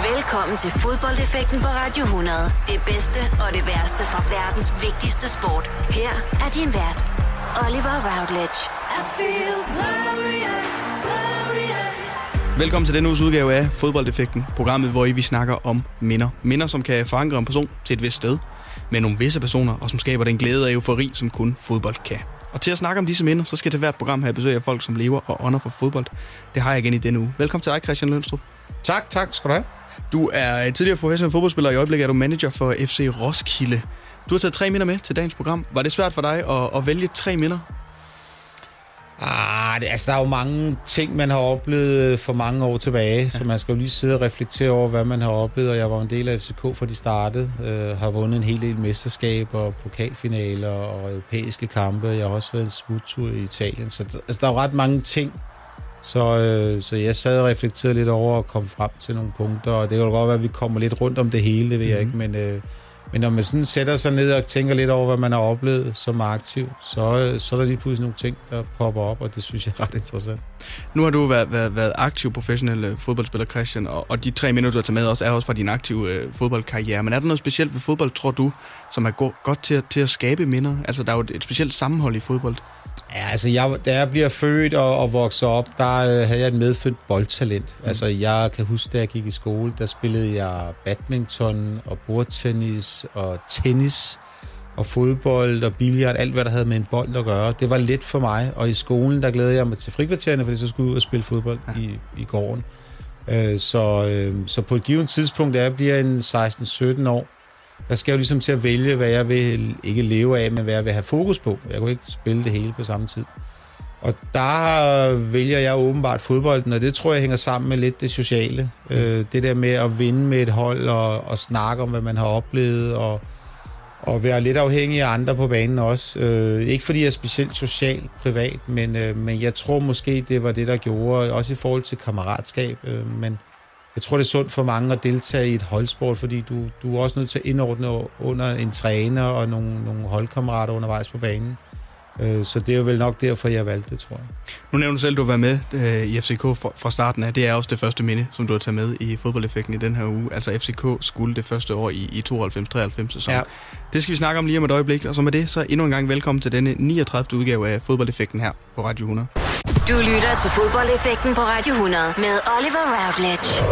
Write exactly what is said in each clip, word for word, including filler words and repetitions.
Velkommen til Fodboldeffekten på Radio hundrede. Det bedste og det værste fra verdens vigtigste sport. Her er din vært, Oliver Routledge. I feel glorious, glorious. Velkommen til denne uges udgave af Fodboldeffekten, programmet, hvor I vi snakker om minder. Minder, som kan forankre en person til et vist sted, med nogle visse personer, og som skaber den glæde og eufori, som kun fodbold kan. Og til at snakke om disse minder, så skal jeg til hvert program have besøg af folk, som lever og ånder for fodbold. Det har jeg igen i denne uge. Velkommen til dig, Christian Lønstrup. Tak, tak skal du have. Du er tidligere professionel fodboldspiller, og i øjeblikket er du manager for F C Roskilde. Du har taget tre minder med til dagens program. Var det svært for dig at, at vælge tre minder? Ah, det, altså, der er jo mange ting, man har oplevet for mange år tilbage, ja. Så man skal jo lige sidde og reflektere over, hvad man har oplevet. Og jeg var en del af F C K, fra de startede. Øh, har vundet en hel del mesterskaber, pokalfinaler og europæiske kampe. Jeg har også været en smuttur i Italien. Så altså, der er jo ret mange ting. Så, øh, så jeg sad og reflekterede lidt over og kom frem til nogle punkter. Og det kan jo godt være, at vi kommer lidt rundt om det hele, det ved mm-hmm. jeg ikke. Men, øh, men når man sådan sætter sig ned og tænker lidt over, hvad man har oplevet som aktiv, så, så er der lige pludselig nogle ting, der popper op, og det synes jeg er ret interessant. Nu har du været, været, været aktiv professionel fodboldspiller, Christian, og, og de tre minder, du har taget med også, er også fra din aktive øh, fodboldkarriere. Men er der noget specielt ved fodbold, tror du, som er go- godt til, til at skabe minder? Altså, der er jo et, et specielt sammenhold i fodbold. Ja, altså, jeg, da jeg bliver født og, og vokser op, der øh, havde jeg et medfødt boldtalent. Mm. Altså, jeg kan huske, da jeg gik i skole, der spillede jeg badminton og bordtennis og tennis og fodbold og billard, alt hvad der havde med en bold at gøre. Det var let for mig, og i skolen, der glædede jeg mig til frikvartererne, fordi så skulle jeg ud og spille fodbold ja. i, i gården. Øh, så, øh, så på et givet tidspunkt, da jeg bliver en seksten sytten år, der skal jeg jo ligesom til at vælge, hvad jeg vil ikke leve af, men hvad jeg vil have fokus på. Jeg kunne ikke spille det hele på samme tid. Og der vælger jeg åbenbart fodbolden, og det tror jeg hænger sammen med lidt det sociale. Mm. Øh, det der med at vinde med et hold og, og snakke om, hvad man har oplevet, og, og være lidt afhængig af andre på banen også. Øh, ikke fordi jeg er specielt socialt privat, men, øh, men jeg tror måske, det var det, der gjorde, også i forhold til kammeratskab. Øh, men jeg tror, det er sundt for mange at deltage i et holdsport, fordi du, du er også nødt til at indordne under en træner og nogle, nogle holdkammerater undervejs på banen. Så det er jo vel nok derfor, jeg valgte det, tror jeg. Nu nævner du selv, at du var med øh, i F C K fra, fra starten af. Det er også det første minde, som du har taget med i fodboldeffekten i den her uge. Altså F C K skulle det første år i, i tooghalvfems treoghalvfems sæson. Ja. Det skal vi snakke om lige om et øjeblik. Og så med det, så endnu en gang velkommen til denne niogtredivte udgave af fodboldeffekten her på Radio hundrede. Du lytter til Fodboldeffekten på Radio hundrede med Oliver Routledge.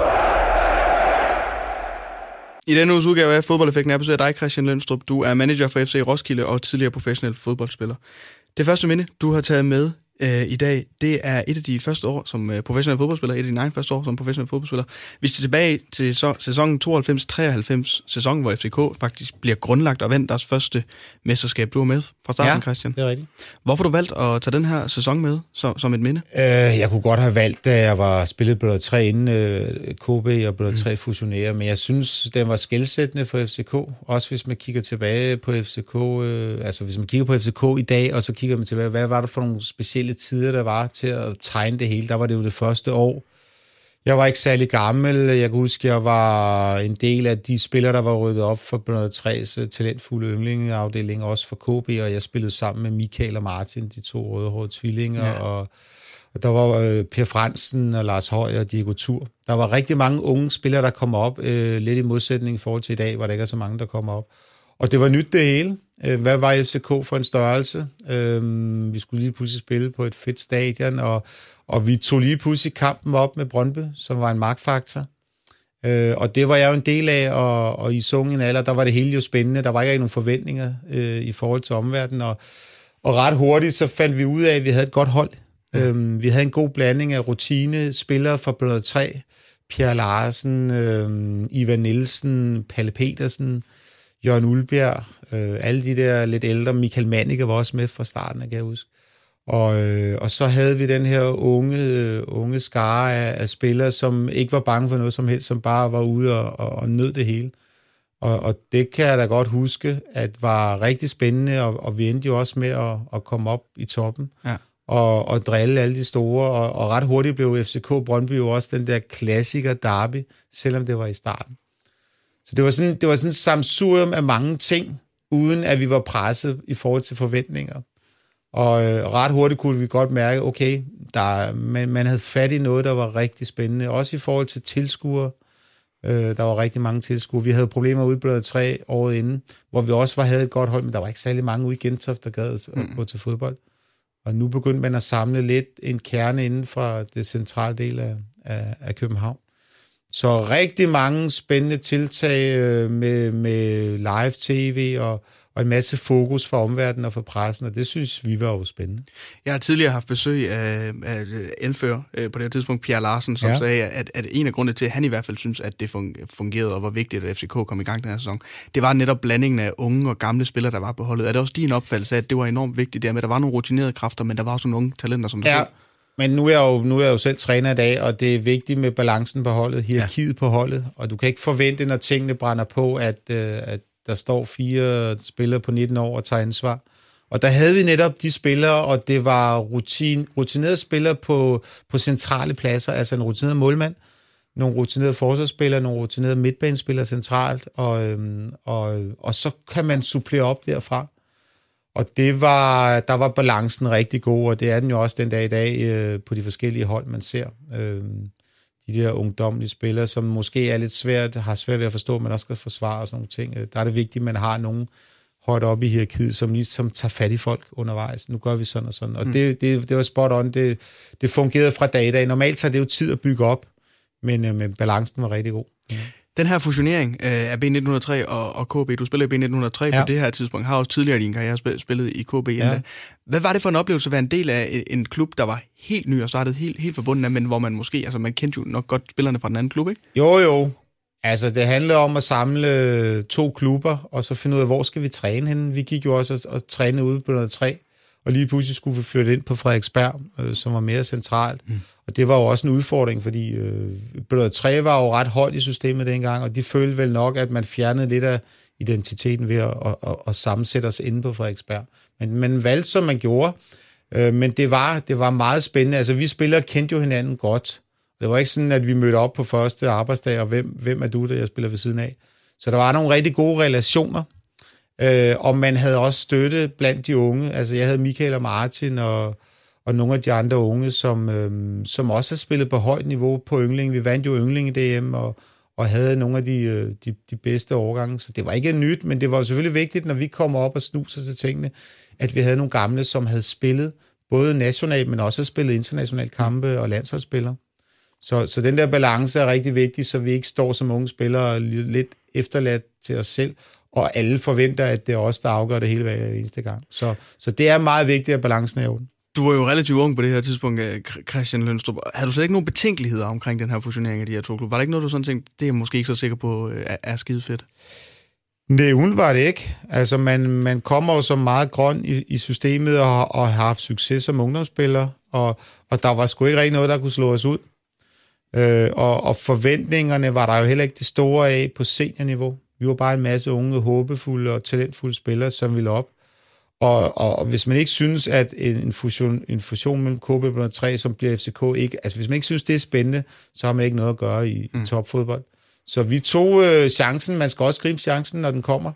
I denne uges udgave af Fodboldeffekten er besøg af dig, Christian Lønstrup. Du er manager for F C Roskilde og tidligere professionel fodboldspiller. Det første minde, du har taget med øh, i dag, det er et af de første år som øh, professionel fodboldspiller, et af dine egne første år som professionel fodboldspiller. Vi skal tilbage til så, sæsonen tooghalvfems treoghalvfems, sæsonen, hvor F C K faktisk bliver grundlagt og vandt deres første mesterskab. Du var med fra starten, ja, Christian. Det er rigtigt. Hvorfor har du valgt at tage den her sæson med som, som et minde? Øh, jeg kunne godt have valgt, da jeg var spillet Bløder tre inden øh, K B og Bløder tre mm. fusionerer, men jeg synes, den var skelsættende for F C K. Også hvis man kigger tilbage på F C K, øh, altså hvis man kigger på F C K i dag, og så kigger man tilbage, hvad var der for nogle specielle tider, der var til at tegne det hele? Der var det jo det første år. Jeg var ikke særlig gammel. Jeg kan huske, jeg var en del af de spillere, der var rykket op for Bløder tres talentfulde yndlingeafdeling, også for K B, og jeg spillede sammen med Michael og Martin, de to rødhårede tvillinger, ja. og, og der var øh, Per Fransen og Lars Høj og Diego Tur. Der var rigtig mange unge spillere, der kom op, øh, lidt i modsætning i forhold til i dag, hvor der ikke er så mange, der kommer op. Og det var nyt det hele. Hvad var F C K for en størrelse? Øhm, vi skulle lige pludselig spille på et fedt stadion, og, og vi tog lige pludselig kampen op med Brøndby, som var en magtfaktor. Øh, og det var jeg jo en del af, og, og i så ung en alder, der var det hele jo spændende. Der var ikke nogen forventninger øh, i forhold til omverdenen, og, og ret hurtigt så fandt vi ud af, at vi havde et godt hold. Mm. Øhm, vi havde en god blanding af rutine, spillere fra Bløder tre, Pierre Larsen, øh, Ivan Nielsen, Palle Petersen, Jørgen Ulbjerg, øh, alle de der lidt ældre. Michael Mannicke var også med fra starten, kan jeg huske. Og, øh, og så havde vi den her unge, øh, unge skare af, af spillere, som ikke var bange for noget som helst, som bare var ude og, og, og nød det hele. Og, og det kan jeg da godt huske, at var rigtig spændende, og, og vi endte jo også med at, at komme op i toppen. Ja. Og, og drille alle de store, og, og ret hurtigt blev F C K Brøndby jo også den der klassiker derby, selvom det var i starten. Så det var sådan, det var sådan et sammensurium af mange ting, uden at vi var presset i forhold til forventninger. Og øh, ret hurtigt kunne vi godt mærke, okay, der, man, man havde fat i noget, der var rigtig spændende. Også i forhold til tilskuere. Øh, der var rigtig mange tilskuere. Vi havde problemer ude på tre året inden, hvor vi også var, havde et godt hold, men der var ikke særlig mange ude i Gentofte, der gad at mm. gå til fodbold. Og nu begyndte man at samle lidt en kerne inden fra det centrale del af, af, af København. Så rigtig mange spændende tiltag med, med live tv og, og en masse fokus fra omverdenen og fra pressen, og det synes vi var jo spændende. Jeg har tidligere haft besøg af, af anfører på det her tidspunkt, Pierre Larsen, som ja. sagde, at, at en af grundene til, at han i hvert fald synes, at det fungerede og var vigtigt, at F C K kom i gang den her sæson, det var netop blandingen af unge og gamle spillere, der var på holdet. Er det også din opfattelse af, at det var enormt vigtigt der med, at der var nogle rutinerede kræfter, men der var også nogle unge talenter, som der ja. Men nu er, jeg jo, nu er jeg jo selv træner i dag, og det er vigtigt med balancen på holdet, hierarkiet ja. på holdet, og du kan ikke forvente, når tingene brænder på, at, at der står fire spillere på nitten år og tager ansvar. Og der havde vi netop de spillere, og det var rutin, rutinerede spillere på, på centrale pladser, altså en rutineret målmand, nogle rutinerede forsvarsspillere, nogle rutinerede midtbanespillere centralt, og, øhm, og, og så kan man supplere op derfra. Og det var, der var balancen rigtig god, og det er den jo også den dag i dag øh, på de forskellige hold, man ser. Øh, de der ungdomlige spillere, som måske er lidt svært, har svært ved at forstå, man også skal forsvare og sådan nogle ting. Der er det vigtigt, at man har nogen højt oppe i hierarkiet, som ligesom tager fat i folk undervejs. Nu gør vi sådan og sådan. Og mm. det, det, det var spot on. Det, det fungerede fra dag i dag. Normalt tager det jo tid at bygge op, men, øh, men balancen var rigtig god. Ja. Den her fusionering øh, af B nitten hundrede og tre og, og K B, du spiller i B nitten hundrede og tre ja. på det her tidspunkt, har også tidligere i din karriere spillet i K B. Ja. Hvad var det for en oplevelse at være en del af en klub, der var helt ny og startet helt, helt forbundet af, men hvor man måske, altså man kendte jo nok godt spillerne fra den anden klub, ikke? Jo, jo. Altså det handlede om at samle to klubber, og så finde ud af, hvor skal vi træne henne. Vi gik jo også og, og trænede ude på noget tre, og lige pludselig skulle vi flytte ind på Frederiksberg, øh, som var mere centralt. Mm. Og det var jo også en udfordring, fordi øh, Blød tre var jo ret højt i systemet dengang, og de følte vel nok, at man fjernede lidt af identiteten ved at, at, at, at sammensætte os inde på Frederiksberg. Men man valgte, som man gjorde, øh, men det var, det var meget spændende. Altså vi spillere kendte jo hinanden godt. Det var ikke sådan, at vi mødte op på første arbejdsdag, og hvem, hvem er du, der jeg spiller ved siden af? Så der var nogle rigtig gode relationer, øh, og man havde også støtte blandt de unge. Altså jeg havde Michael og Martin og og nogle af de andre unge, som, øhm, som også har spillet på højt niveau på yndling. Vi vandt jo yndling-D M og, og havde nogle af de, de, de bedste årgange. Så det var ikke nyt, men det var selvfølgelig vigtigt, når vi kommer op og snuser til tingene, at vi havde nogle gamle, som havde spillet både nationalt, men også spillet internationale kampe og landsholdsspillere. Så, så den der balance er rigtig vigtig, så vi ikke står som unge spillere lidt efterladt til os selv, og alle forventer, at det er os, der afgør det hele hver eneste gang. Så, så det er meget vigtigt, at balancen er i orden. Du var jo relativt ung på det her tidspunkt, Christian Lønstrup. Havde du slet ikke nogen betænkeligheder omkring den her fusionering af de her to klubber? Var der ikke noget, du sådan tænkte, det er jeg måske ikke så sikker på, er, er skide fedt? Nej, uden var det ikke. Altså, man, man kommer jo så meget grøn i, i systemet og, og har haft succes som ungdomsspiller, og, og der var sgu ikke rigtig noget, der kunne slå os ud. Øh, og, og forventningerne var der jo heller ikke det store af på seniorniveau. Vi var bare en masse unge, håbefulde og talentfulde spillere, som ville op. Og, og, og hvis man ikke synes, at en fusion, en fusion mellem K B og tre, som bliver F C K, ikke, altså hvis man ikke synes, det er spændende, så har man ikke noget at gøre i, mm. i topfodbold. Så vi tog øh, chancen. Man skal også gribe chancen, når den kommer.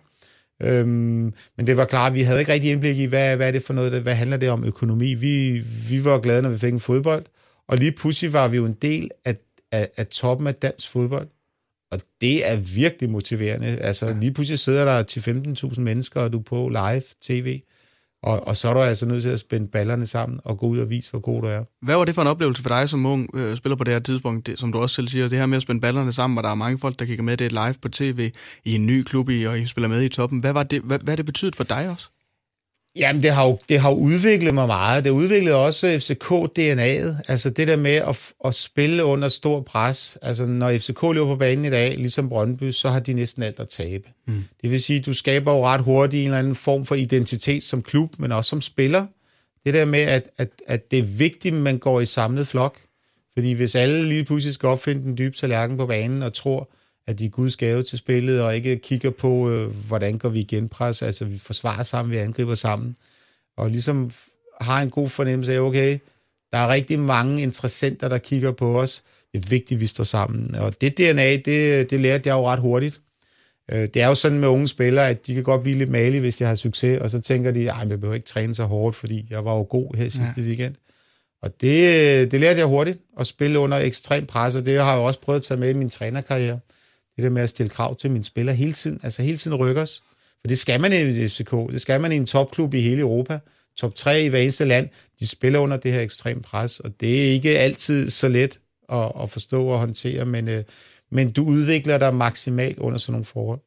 Øhm, men det var klart, vi havde ikke rigtig indblik i, hvad, hvad er det for noget, hvad handler det om økonomi. Vi, vi var glade, når vi fik en fodbold, og lige pludselig var vi jo en del af, af, af toppen af dansk fodbold. Og det er virkelig motiverende. Altså lige pludselig sidder der til femten tusind mennesker, og du er på live tv, og, og så er du altså nødt til at spænde ballerne sammen og gå ud og vise, hvor god du er. Hvad var det for en oplevelse for dig som ung øh, spiller på det her tidspunkt, det, som du også selv siger, det her med at spænde ballerne sammen, og der er mange folk, der kigger med, det er live på tv, i en ny klub, i, og I spiller med i toppen. Hvad var det, hvad, hvad er det betydet for dig også? Jamen, det har jo det har udviklet mig meget. Det udviklede også F C K-D N A'et. Altså det der med at, at spille under stor pres. Altså når F C K løber på banen i dag, ligesom Brøndby, så har de næsten alt at tabe. Mm. Det vil sige, at du skaber jo ret hurtigt en eller anden form for identitet som klub, men også som spiller. Det der med, at, at, at det er vigtigt, at man går i samlet flok. Fordi hvis alle lige pludselig skal opfinde den dybe tallerken på banen og tror, at de er Guds gave til spillet, og ikke kigger på, øh, hvordan går vi genpres, altså vi forsvarer sammen, vi angriber sammen, og ligesom har en god fornemmelse af, okay, der er rigtig mange interessenter, der kigger på os, det er vigtigt, at vi står sammen, og det D N A, det, det lærte jeg jo ret hurtigt. Det er jo sådan med unge spillere, at de kan godt blive lidt malige, hvis de har succes, og så tænker de, ej, jeg behøver ikke træne så hårdt, fordi jeg var jo god her sidste ja. weekend. Og det, det lærte jeg hurtigt, at spille under ekstrem pres, og det har jeg også prøvet at tage med i min trænerkarriere. det der med at stille krav til mine spillere hele tiden, altså hele tiden rykke os. For det skal man i F C K, det skal man i en topklub i hele Europa, top tre i hver eneste land, de spiller under det her ekstrem pres, og det er ikke altid så let at, at forstå og håndtere, men, øh, men du udvikler dig maksimalt under sådan nogle forhold.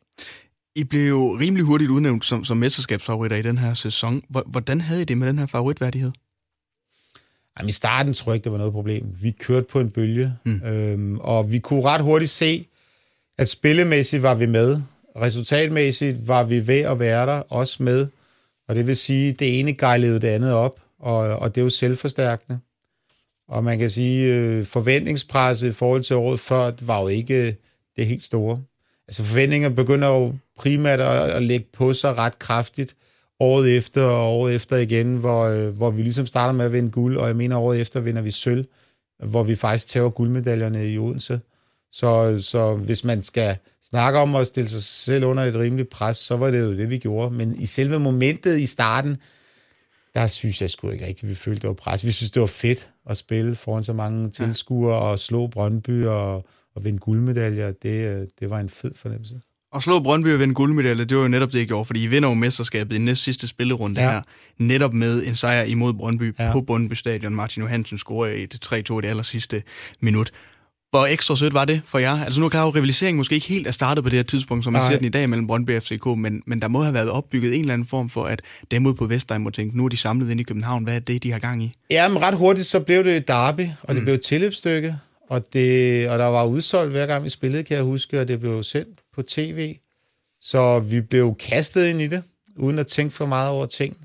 I blev jo rimelig hurtigt udnævnt som, som mesterskabsfavoritter i den her sæson. Hvordan havde I det med den her favoritværdighed? Jamen, i starten tror jeg ikke, det var noget problem. Vi kørte på en bølge, mm. øhm, og vi kunne ret hurtigt se, at spillemæssigt var vi med. Resultatmæssigt var vi ved at være der, også med. Og det vil sige, at det ene gejlede det andet op, og, og det er jo selvforstærkende. Og man kan sige, øh, forventningspresset i forhold til året før, var jo ikke det helt store. Altså forventninger begynder jo primært at, at lægge på sig ret kraftigt året efter og året efter igen, hvor, øh, hvor vi ligesom starter med at vinde guld, og jeg mener året efter vinder vi sølv, hvor vi faktisk tager guldmedaljerne i Odense. Så, så hvis man skal snakke om at stille sig selv under et rimeligt pres, så var det jo det, vi gjorde. Men i selve momentet i starten, der synes jeg sgu ikke rigtigt, vi følte, det var pres. Vi synes, det var fedt at spille foran så mange tilskuere og slå Brøndby og, og vinde guldmedaljer. Det, det var en fed fornemmelse. Og slå Brøndby og vinde guldmedalje, det var jo netop det, I gjorde, fordi I vinder jo mesterskabet i næst sidste spillerunde ja. her, netop med en sejr imod Brøndby ja. på Brøndby Stadion. Martin Johansen scorer i det tre to i det aller sidste minut. Hvor ekstra sødt var det for jer? Altså nu er klar, at rivaliseringen måske ikke helt er startet på det her tidspunkt, som man ser den i dag mellem Brøndby og F C K, men, men der må have været opbygget en eller anden form for, at dem ude på Vestegn må tænke, nu er de samlet inde i København, hvad er det, de har gang i? Ja, men ret hurtigt så blev det et derby, og det mm. blev et tilløbsstykke, og, det, og der var udsolgt hver gang vi spillede, kan jeg huske, og det blev sendt på tv. Så vi blev kastet ind i det, uden at tænke for meget over ting.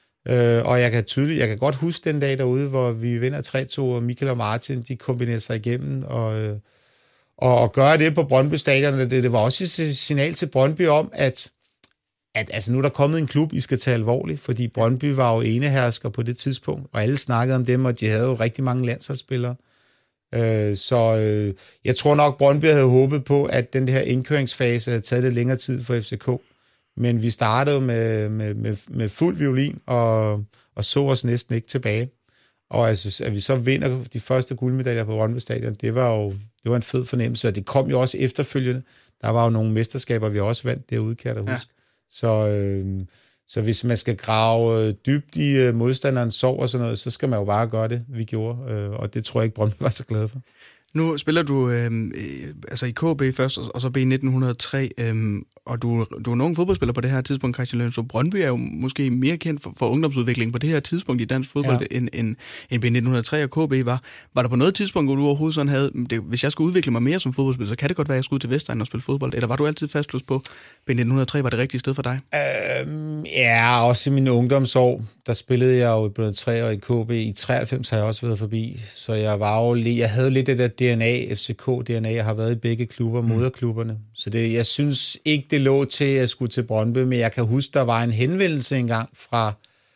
Øh, og jeg kan tydeligt, jeg kan godt huske den dag derude, hvor vi vinder tre to, og Michael og Martin, de kombinerer sig igennem, og, øh, og, og gøre det på Brøndby Stadion. Det, det var også et signal til Brøndby om, at, at altså, nu er der kommet en klub, I skal tage alvorligt, fordi Brøndby var jo enehersker på det tidspunkt, og alle snakkede om dem, og de havde jo rigtig mange landsholdsspillere. Øh, så øh, jeg tror nok, Brøndby havde håbet på, at den her indkøringsfase havde taget lidt længere tid for F C K. Men vi startede med, med, med, med fuld violin og, og så os næsten ikke tilbage. Og altså, at vi så vinder de første guldmedaljer på Brøndby Stadion, det var jo det var en fed fornemmelse, og det kom jo også efterfølgende. Der var jo nogle mesterskaber, vi også vandt derude, kan jeg da huske. Ja. Så, øh, så hvis man skal grave dybt i øh, modstanderens sorg og sådan noget, så skal man jo bare gøre det, vi gjorde. Øh, og det tror jeg ikke, Brøndby var så glad for. Nu spiller du øh, altså i K B først, og så B nitten hundrede og tre, øh, og du, du er en ung fodboldspiller på det her tidspunkt, Christian Lønstrup. Brøndby er jo måske mere kendt for, for ungdomsudvikling på det her tidspunkt i dansk fodbold, ja. end, end, end B nitten hundrede og tre og K B var. Var der på noget tidspunkt, hvor du overhovedet sådan havde, det, hvis jeg skulle udvikle mig mere som fodboldspiller, så kan det godt være, at jeg skulle ud til Vestegn og spille fodbold, eller var du altid fastlåst på, B nitten hundrede og tre var det rigtige sted for dig? Øhm, ja, også i mine ungdomsår, der spillede jeg jo i B nitten hundrede og tre og i K B. I treoghalvfems har jeg også været forbi, så jeg var jo, jeg havde lidt det der D N A, F C K D N A, jeg har været i begge klubber, mm. moderklubberne. Så det, jeg synes ikke, det lå til, at jeg skulle til Brøndby, men jeg kan huske, der var en henvendelse engang fra,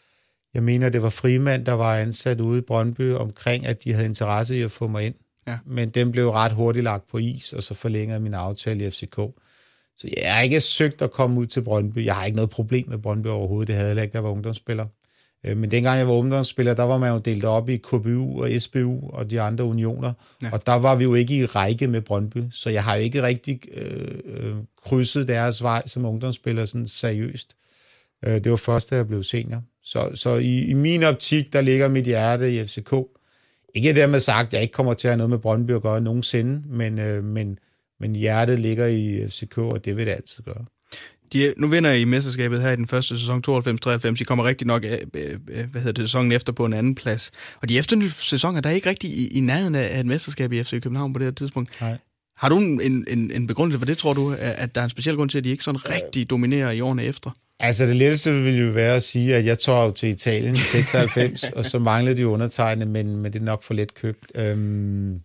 jeg mener, det var Frimand, der var ansat ude i Brøndby omkring, at de havde interesse i at få mig ind. Ja. Men den blev ret hurtigt lagt på is, og så forlængede min aftale i F C K. Så jeg har ikke søgt at komme ud til Brøndby. Jeg har ikke noget problem med Brøndby overhovedet. Det havde jeg ikke, da jeg var ungdomsspiller. Men dengang jeg var ungdomsspiller, der var man jo delt op i K B U og S B U og de andre unioner. Ja. Og der var vi jo ikke i række med Brøndby. Så jeg har jo ikke rigtig øh, øh, krydset deres vej som ungdomsspiller sådan seriøst. Øh, det var først, da jeg blev senior. Så, så i, i min optik, der ligger mit hjerte i F C K. Ikke dermed sagt, at jeg ikke kommer til at have noget med Brøndby at gøre nogensinde, men, øh, men, men hjertet ligger i F C K, og det vil det altid gøre. De, nu vinder I mesterskabet her i den første sæson tooghalvfems treoghalvfems. I kommer rigtig nok af, hvad hedder det, sæsonen efter på en anden plads. Og de efterfølgende sæsoner, der er ikke rigtig i, i nærheden af et mesterskab i F C København på det her tidspunkt. Nej. Har du en, en, en begrundelse for det, tror du, at der er en speciel grund til, at de ikke sådan rigtig dominerer i årene efter? Altså det letteste ville jo være at sige, at jeg tog til Italien i seksoghalvfems, og så manglede de undertegnede, men, men det er nok for let købt. Øhm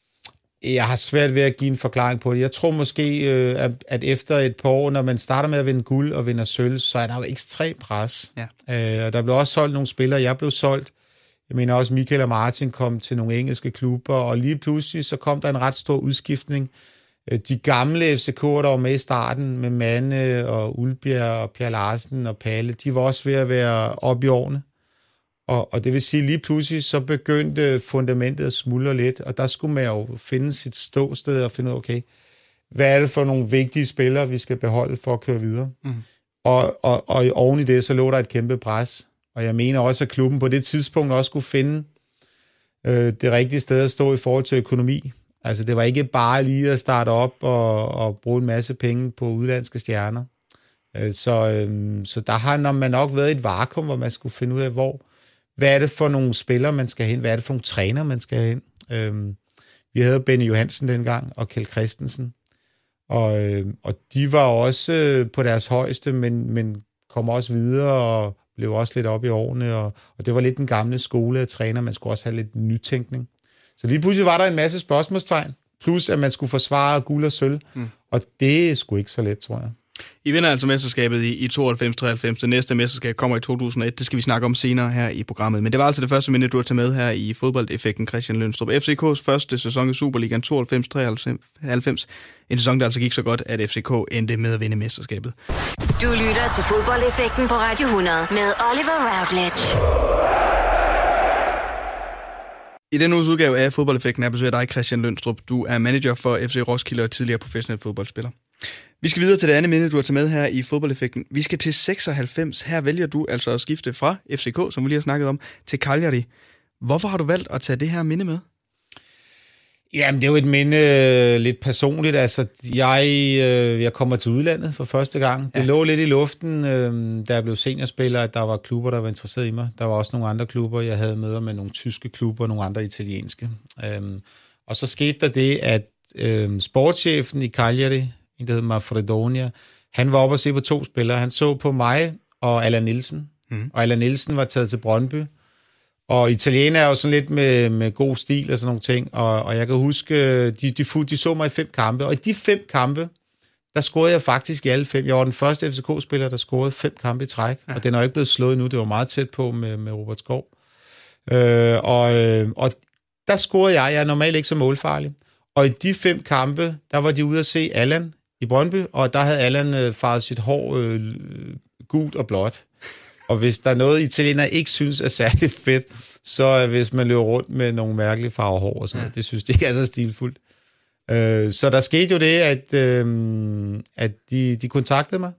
Jeg har svært ved at give en forklaring på det. Jeg tror måske, øh, at efter et par år, når man starter med at vinde guld og vinder sølv, så er der jo ekstrem pres. Ja. Øh, og der blev også solgt nogle spillere. Jeg blev solgt. Jeg mener også, Michael og Martin kom til nogle engelske klubber, og lige pludselig så kom der en ret stor udskiftning. De gamle F C K'er, der var med i starten, med Manne og Ulbjerg og Per Larsen og Palle, de var også ved at være oppe i årene. Og, og det vil sige, lige pludselig så begyndte fundamentet at smuldre lidt, og der skulle man jo finde sit ståsted og finde ud af, okay, hvad er det for nogle vigtige spillere, vi skal beholde for at køre videre. Mm. Og, og, og oven i det, så lå der et kæmpe pres. Og jeg mener også, at klubben på det tidspunkt også skulle finde øh, det rigtige sted at stå i forhold til økonomi. Altså, det var ikke bare lige at starte op og, og bruge en masse penge på udlandske stjerner. Øh, så, øh, så der har når man nok været et vakuum, hvor man skulle finde ud af, hvor, hvad er det for nogle spillere, man skal hen? Hvad er det for nogle træner, man skal hen? Øh, vi havde Benny Johansen dengang, og Kjeld Christensen. Og, øh, og de var også øh, på deres højeste, men, men kom også videre og blev også lidt op i årene. Og, og det var lidt den gamle skole af træner. Man skulle også have lidt nytænkning. Så lige pludselig var der en masse spørgsmålstegn, plus at man skulle forsvare guld og sølv, mm. og det er sgu ikke så let, tror jeg. I vinder altså mesterskabet i, i tooghalvfems treoghalvfems. Det næste mesterskab kommer i to tusind og et. Det skal vi snakke om senere her i programmet. Men det var altså det første minde, du har taget med her i fodboldeffekten, Christian Lønstrup. F C K's første sæson i Superligaen tooghalvfems treoghalvfems. En sæson, der altså gik så godt, at F C K endte med at vinde mesterskabet. Du lytter til fodboldeffekten på Radio hundrede med Oliver Routledge. I denne uges udgave af fodboldeffekten er besøger dig, Christian Lønstrup. Du er manager for F C Roskilde og tidligere professionel fodboldspiller. Vi skal videre til det andet minde, du har taget med her i fodboldeffekten. Vi skal til seksoghalvfems. Her vælger du altså at skifte fra F C K, som vi lige har snakket om, til Cagliari. Hvorfor har du valgt at tage det her minde med? Jamen, det er jo et minde lidt personligt. Altså, jeg, øh, jeg kommer til udlandet for første gang. Det ja. lå lidt i luften, øh, da jeg blev seniorspiller, at der var klubber, der var interesseret i mig. Der var også nogle andre klubber, jeg havde møder med nogle tyske klubber og nogle andre italienske. Øh, og så skete der det, at øh, sportschefen i Cagliari, en der hedder Manfredonia, han var oppe og se på to spillere. Han så på mig og Allan Nielsen. Mm. Og Allan Nielsen var taget til Brøndby. Og italiener er jo sådan lidt med, med god stil og sådan nogle ting, og, og jeg kan huske, de, de, de så mig i fem kampe, og i de fem kampe, der scorede jeg faktisk i alle fem. Jeg var den første F C K-spiller, der scorede fem kampe i træk, ja. Og den er jo ikke blevet slået nu, det var meget tæt på med, med Robert Skov. Øh, og, øh, og der scorede jeg, jeg er normalt ikke så målfarlig, og i de fem kampe, der var de ude at se Allan i Brøndby, og der havde Allan øh, farvet sit hår øh, gult og blåt. Og hvis der er noget, italienere ikke synes er særligt fedt, så er hvis man løber rundt med nogle mærkelige farver hår og sådan noget. Ja. Det synes de ikke er så stilfuldt. Øh, så der skete jo det, at, øh, at de, de kontaktede mig.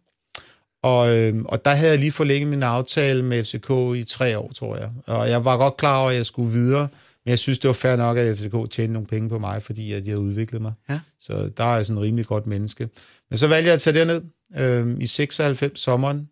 Og, øh, og der havde jeg lige forlænget min aftale med F C K i tre år, tror jeg. Og jeg var godt klar over, at jeg skulle videre. Men jeg synes, det var fair nok, at F C K tjente nogle penge på mig, fordi at de havde udviklet mig. Ja. Så der er jeg sådan en rimelig godt menneske. Men så valgte jeg at tage derned øh, i seksoghalvfems sommeren.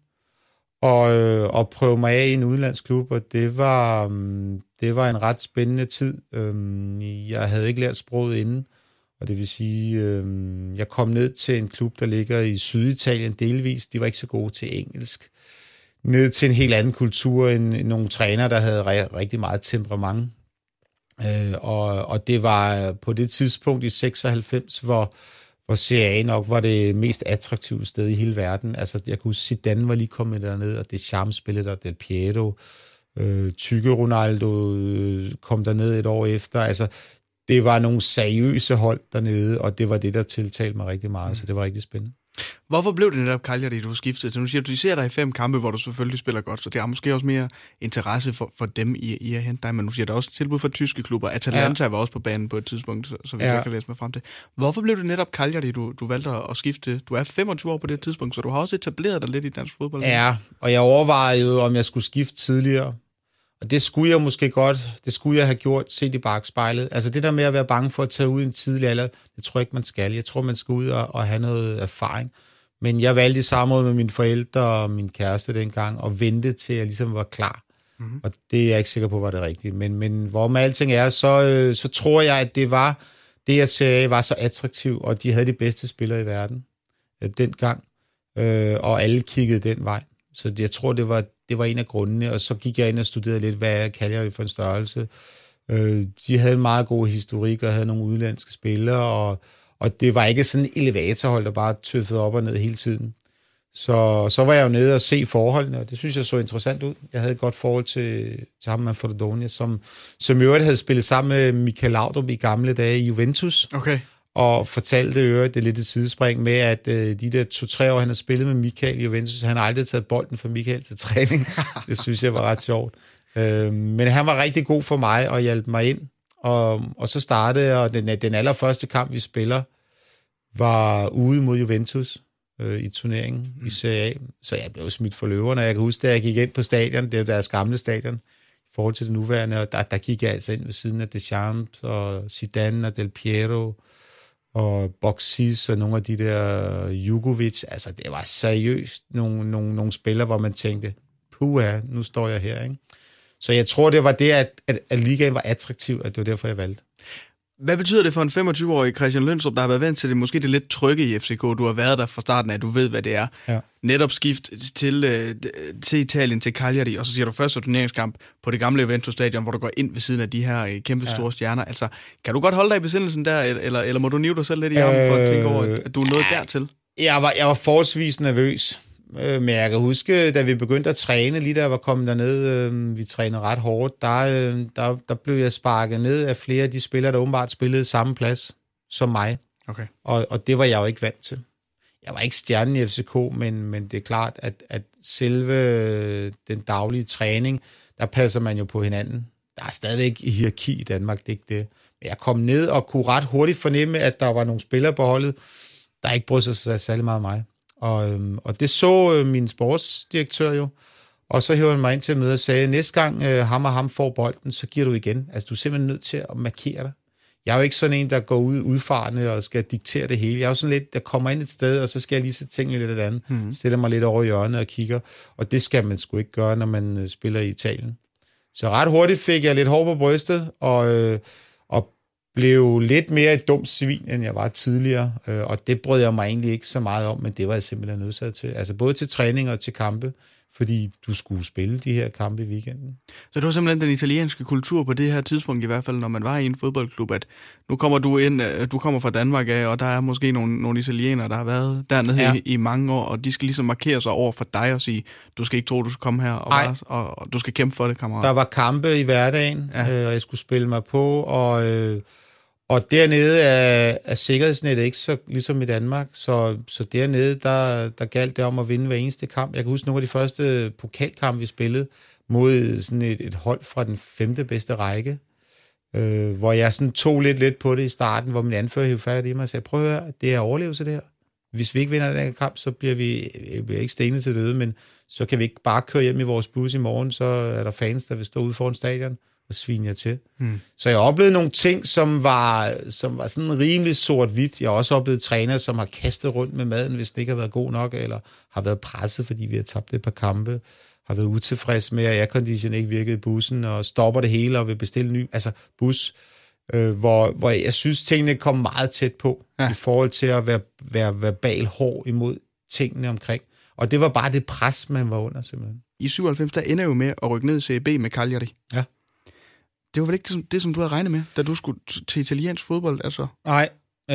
Og, øh, og prøve mig af i en udenlandsklub, og det var, um, det var en ret spændende tid. Um, jeg havde ikke lært sproget inden, og det vil sige, um, jeg kom ned til en klub, der ligger i Syditalien delvis. De var ikke så gode til engelsk. Ned til en helt anden kultur end nogle trænere, der havde re- rigtig meget temperament. Uh, og, og det var på det tidspunkt i seksoghalvfems, hvor hvor Serie A nok var det mest attraktive sted i hele verden. Altså, jeg kunne huske, Zidane var lige kommet derned, og det Charme spillede der, Del Piero, øh, tykke Ronaldo øh, kom derned et år efter. Altså, det var nogle seriøse hold dernede, og det var det, der tiltalte mig rigtig meget, mm. så det var rigtig spændende. Hvorfor blev det netop Cagliari, du skiftede til? Nu siger du, de ser dig i fem kampe, hvor du selvfølgelig spiller godt, så det har måske også mere interesse for, for dem i, i at hente dig, men nu siger der også tilbud for tyske klubber. Atalanta ja. var også på banen på et tidspunkt, så, så vi ja. kan læse mig frem til. Hvorfor blev det netop Cagliari, du, du valgte at skifte? Du er femogtyve år på det tidspunkt, så du har også etableret dig lidt i dansk fodbold. Ja, og jeg overvejede jo, om jeg skulle skifte tidligere. Og det skulle jeg måske godt, det skulle jeg have gjort, set i bakspejlet. Altså det der med at være bange for at tage ud i en tidlig alder, det tror jeg ikke, man skal. Jeg tror, man skal ud og, og have noget erfaring. Men jeg valgte i samråd med mine forældre og min kæreste dengang, og vente til, at jeg ligesom var klar. Mm-hmm. Og det er jeg ikke sikker på, var det rigtige. Men, men hvor med alting er, så, øh, så tror jeg, at det var, det jeg sagde, var så attraktivt, og de havde de bedste spillere i verden øh, dengang. Øh, og alle kiggede den vej. Så jeg tror, det var, det var en af grundene, og så gik jeg ind og studerede lidt, hvad jeg kalder det for en størrelse. Øh, de havde en meget god historik, og havde nogle udlandske spillere, og, og det var ikke sådan en elevatorhold, der bare tøffede op og ned hele tiden. Så, så var jeg jo nede og se forholdene, og det synes jeg så interessant ud. Jeg havde et godt forhold til, til ham med Manfredonia, som, som i øvrigt havde spillet sammen med Michael Laudrup i gamle dage i Juventus. Okay. Og fortalte øvrigt, det er lidt et sidespring med, at øh, de der to-tre år, han har spillet med Michael i Juventus, han har aldrig taget bolden fra Michael til træning. Det synes jeg var ret sjovt. Øh, men han var rigtig god for mig og hjalp mig ind. Og, og så startede jeg, og den, den allerførste kamp, vi spiller, var ude mod Juventus øh, i turneringen mm. i Serie A, så jeg blev smidt for løverne. Jeg kan huske, da jeg gik ind på stadion, det er jo deres gamle stadion, i forhold til det nuværende, og der, der gik jeg altså ind ved siden af Deschamps og Zidane og Del Piero og Boxis og nogle af de der Jugovic. Altså, det var seriøst nogle, nogle, nogle spillere, hvor man tænkte, puha, nu står jeg her, ikke? Så jeg tror, det var det, at, at, at ligaen var attraktiv, at det var derfor, jeg valgte. Hvad betyder det for en femogtyve-årig Christian Lønstrup, der har været vant til det, måske det lidt trygge i F C K? Du har været der fra starten af, du ved, hvad det er. Ja. Netop skift til, øh, til Italien, til Cagliari, og så siger du første turneringskamp på det gamle Juventus-stadion, hvor du går ind ved siden af de her øh, kæmpe store ja. stjerner. Altså, kan du godt holde dig i besindelsen der, eller, eller må du nive dig selv lidt i armen øh, for at tænke over, at du er nået ja, dertil? Jeg var, jeg var forholdsvis nervøs. Men jeg kan huske, da vi begyndte at træne, lige da jeg var kommet derned, øh, vi trænede ret hårdt, der, øh, der, der blev jeg sparket ned af flere af de spillere, der åbenbart spillede samme plads som mig. Okay. Og, og det var jeg jo ikke vant til. Jeg var ikke stjernen i F C K, men, men det er klart, at, at selve den daglige træning, der passer man jo på hinanden. Der er stadigvæk hierarki i Danmark, det er ikke det. Men jeg kom ned og kunne ret hurtigt fornemme, at der var nogle spillere på holdet, der ikke brød sig særlig meget af mig. Og, øhm, og det så øh, min sportsdirektør jo, og så hævde han mig ind til møde og sagde, næste gang øh, ham og ham får bolden, så giver du igen. Altså, du er simpelthen nødt til at markere dig. Jeg er jo ikke sådan en, der går ud udfarende og skal diktere det hele. Jeg er jo sådan lidt, der kommer ind et sted, og så skal jeg lige sætte tingene lidt af andet. Mm-hmm. Sætter mig lidt over i hjørnet og kigger, og det skal man sgu ikke gøre, når man øh, spiller i Italien. Så ret hurtigt fik jeg lidt hår på brystet, og, øh, og blev lidt mere et dumt svin, end jeg var tidligere, øh, og det brød jeg mig egentlig ikke så meget om, men det var jeg simpelthen nødsat til. Altså både til træning og til kampe, fordi du skulle spille de her kampe i weekenden. Så det var simpelthen den italienske kultur på det her tidspunkt, i hvert fald når man var i en fodboldklub, at nu kommer du ind, du kommer fra Danmark af, og der er måske nogle, nogle italienere, der har været dernede ja. i, i mange år, og de skal ligesom markere sig over for dig og sige, du skal ikke tro, du skal komme her, og, bare, og, og du skal kæmpe for det, kammerat. Der var kampe i hverdagen, ja. øh, og jeg skulle spille mig på, og... Øh, Og dernede er, er sikkerhedsnettet ikke så ligesom i Danmark, så, så dernede, der, der galt det om at vinde hver eneste kamp. Jeg kan huske nogle af de første pokalkampe, vi spillede mod sådan et, et hold fra den femte bedste række, øh, hvor jeg sådan tog lidt lidt på det i starten, hvor min anfører hævde færdig i mig og sagde, prøv at høre, det er overlevelse det her. Hvis vi ikke vinder den her kamp, så bliver vi, bliver ikke stenet til døde, men så kan vi ikke bare køre hjem i vores bus i morgen, så er der fans, der vil stå ude foran stadion og svine jer til. Hmm. Så jeg oplevede nogle ting, som var, som var sådan rimelig sort-hvidt. Jeg har også oplevet trænere, som har kastet rundt med maden, hvis det ikke har været god nok, eller har været presset, fordi vi har tabt et par kampe, har været utilfreds med, at aircondition ikke virkede i bussen, og stopper det hele og vil bestille en ny altså bus, øh, hvor, hvor jeg synes, tingene kom meget tæt på, ja. i forhold til at være, være verbal hård imod tingene omkring. Og det var bare det pres, man var under, simpelthen. I syvoghalvfems, der ender jo med at rykke ned i Serie B med Cagliari. Ja. Det var vel ikke det som, det, som du havde regnet med, da du skulle til italiensk fodbold? Altså? Nej,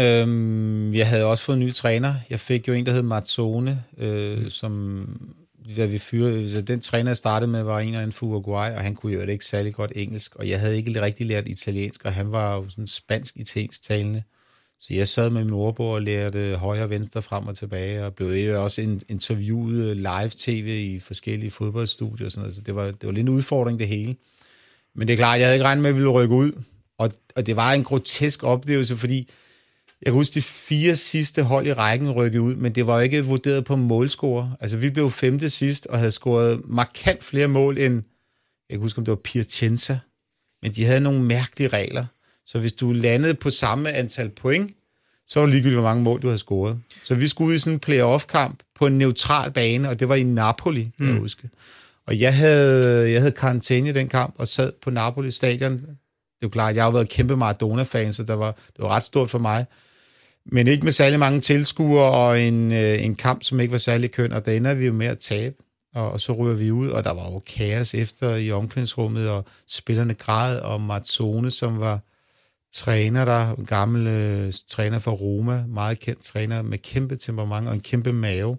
øhm, jeg havde også fået en ny træner. Jeg fik jo en, der hed Mazzone, øh, mm. som da vi fyrede, den træner, jeg startede med, var en eller anden fra Uruguay, og han kunne jo ikke særlig godt engelsk, og jeg havde ikke rigtig lært italiensk, og han var jo sådan spansk-italiensk talende. Så jeg sad med min ordbog og lærte højre og venstre frem og tilbage, og blev også interviewet live-tv i forskellige fodboldstudier og sådan noget, så det var, det var lidt en udfordring det hele. Men det er klart, jeg havde ikke regnet med, at vi ville rykke ud. Og, og det var en grotesk oplevelse, fordi jeg kan huske, de fire sidste hold i rækken rykkede ud, men det var jo ikke vurderet på målscore. Altså, vi blev femte sidst og havde scoret markant flere mål end, jeg kan huske, om det var Piacenza. Men de havde nogle mærkelige regler. Så hvis du landede på samme antal point, så var det ligegyldigt, hvor mange mål du havde scoret. Så vi skulle ud i sådan en playoff-kamp på en neutral bane, og det var i Napoli, kan jeg huske. Og jeg havde, jeg havde karantæne i den kamp, og sad på Napoli stadion. Det er jo klart, jeg har jo været kæmpe Maradona-fan, så det var, det var ret stort for mig. Men ikke med særlig mange tilskuere, og en, en kamp, som ikke var særlig køn, og der ender vi jo med at tabe. Og, og så ryger vi ud, og der var jo kaos efter i omklædningsrummet, og spillerne græd, og Mazzone, som var træner der, en gammel øh, træner for Roma, meget kendt træner med kæmpe temperament og en kæmpe mave,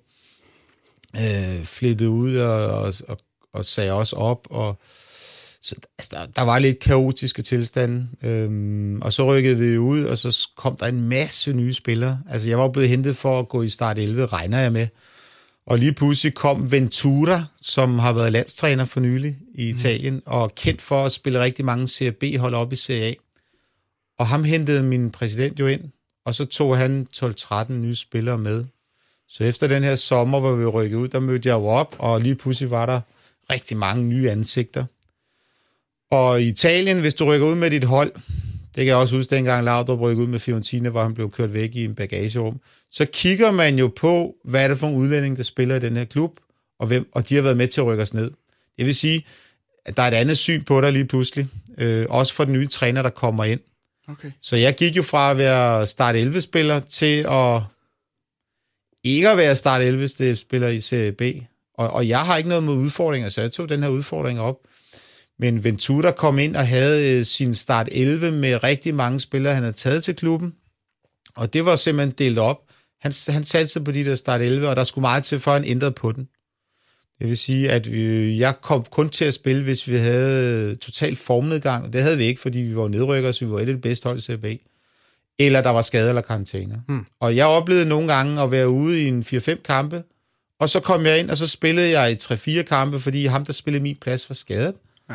øh, flippede ud og, og, og, og sagde også op, og så, altså, der, der var lidt kaotiske tilstande, øhm, og så rykkede vi ud, og så kom der en masse nye spillere. Altså, jeg var blevet hentet for at gå i start elleve, regner jeg med. Og lige pludselig kom Ventura, som har været landstræner for nylig i Italien, mm. og kendt for at spille rigtig mange Serie B-hold op i Serie A. Og ham hentede min præsident jo ind, og så tog han tolv tretten nye spillere med. Så efter den her sommer, hvor vi rykkede ud, der mødte jeg jo op, og lige pludselig var der rigtig mange nye ansigter. Og i Italien, hvis du rykker ud med dit hold, det kan jeg også huske, dengang Laudrup rykkede ud med Fiorentina, hvor han blev kørt væk i en bagagerum, så kigger man jo på, hvad er det for en udlænding, der spiller i den her klub, og, hvem, og de har været med til at rykke os ned. Det vil sige, at der er et andet syn på dig lige pludselig, øh, også for den nye træner, der kommer ind. Okay. Så jeg gik jo fra at være start elleve-spiller til at ikke at være start elleve-spiller i Serie B. Og, og jeg har ikke noget med udfordringer, så jeg tog den her udfordring op. Men Ventura kom ind og havde sin start elleve med rigtig mange spillere, han havde taget til klubben. Og det var simpelthen delt op. Han, han satte sig på de der start elleve, og der skulle meget til, før han ændrede på den. Det vil sige, at vi, jeg kom kun til at spille, hvis vi havde total formnedgang. Det havde vi ikke, fordi vi var nedrykkere, så vi var et af de bedste hold i Serie B. Eller der var skade eller karantæner. Hmm. Og jeg oplevede nogle gange at være ude i en fire fem kampe, og så kom jeg ind, og så spillede jeg i tre fire kampe, fordi ham, der spillede min plads, var skadet. Ja.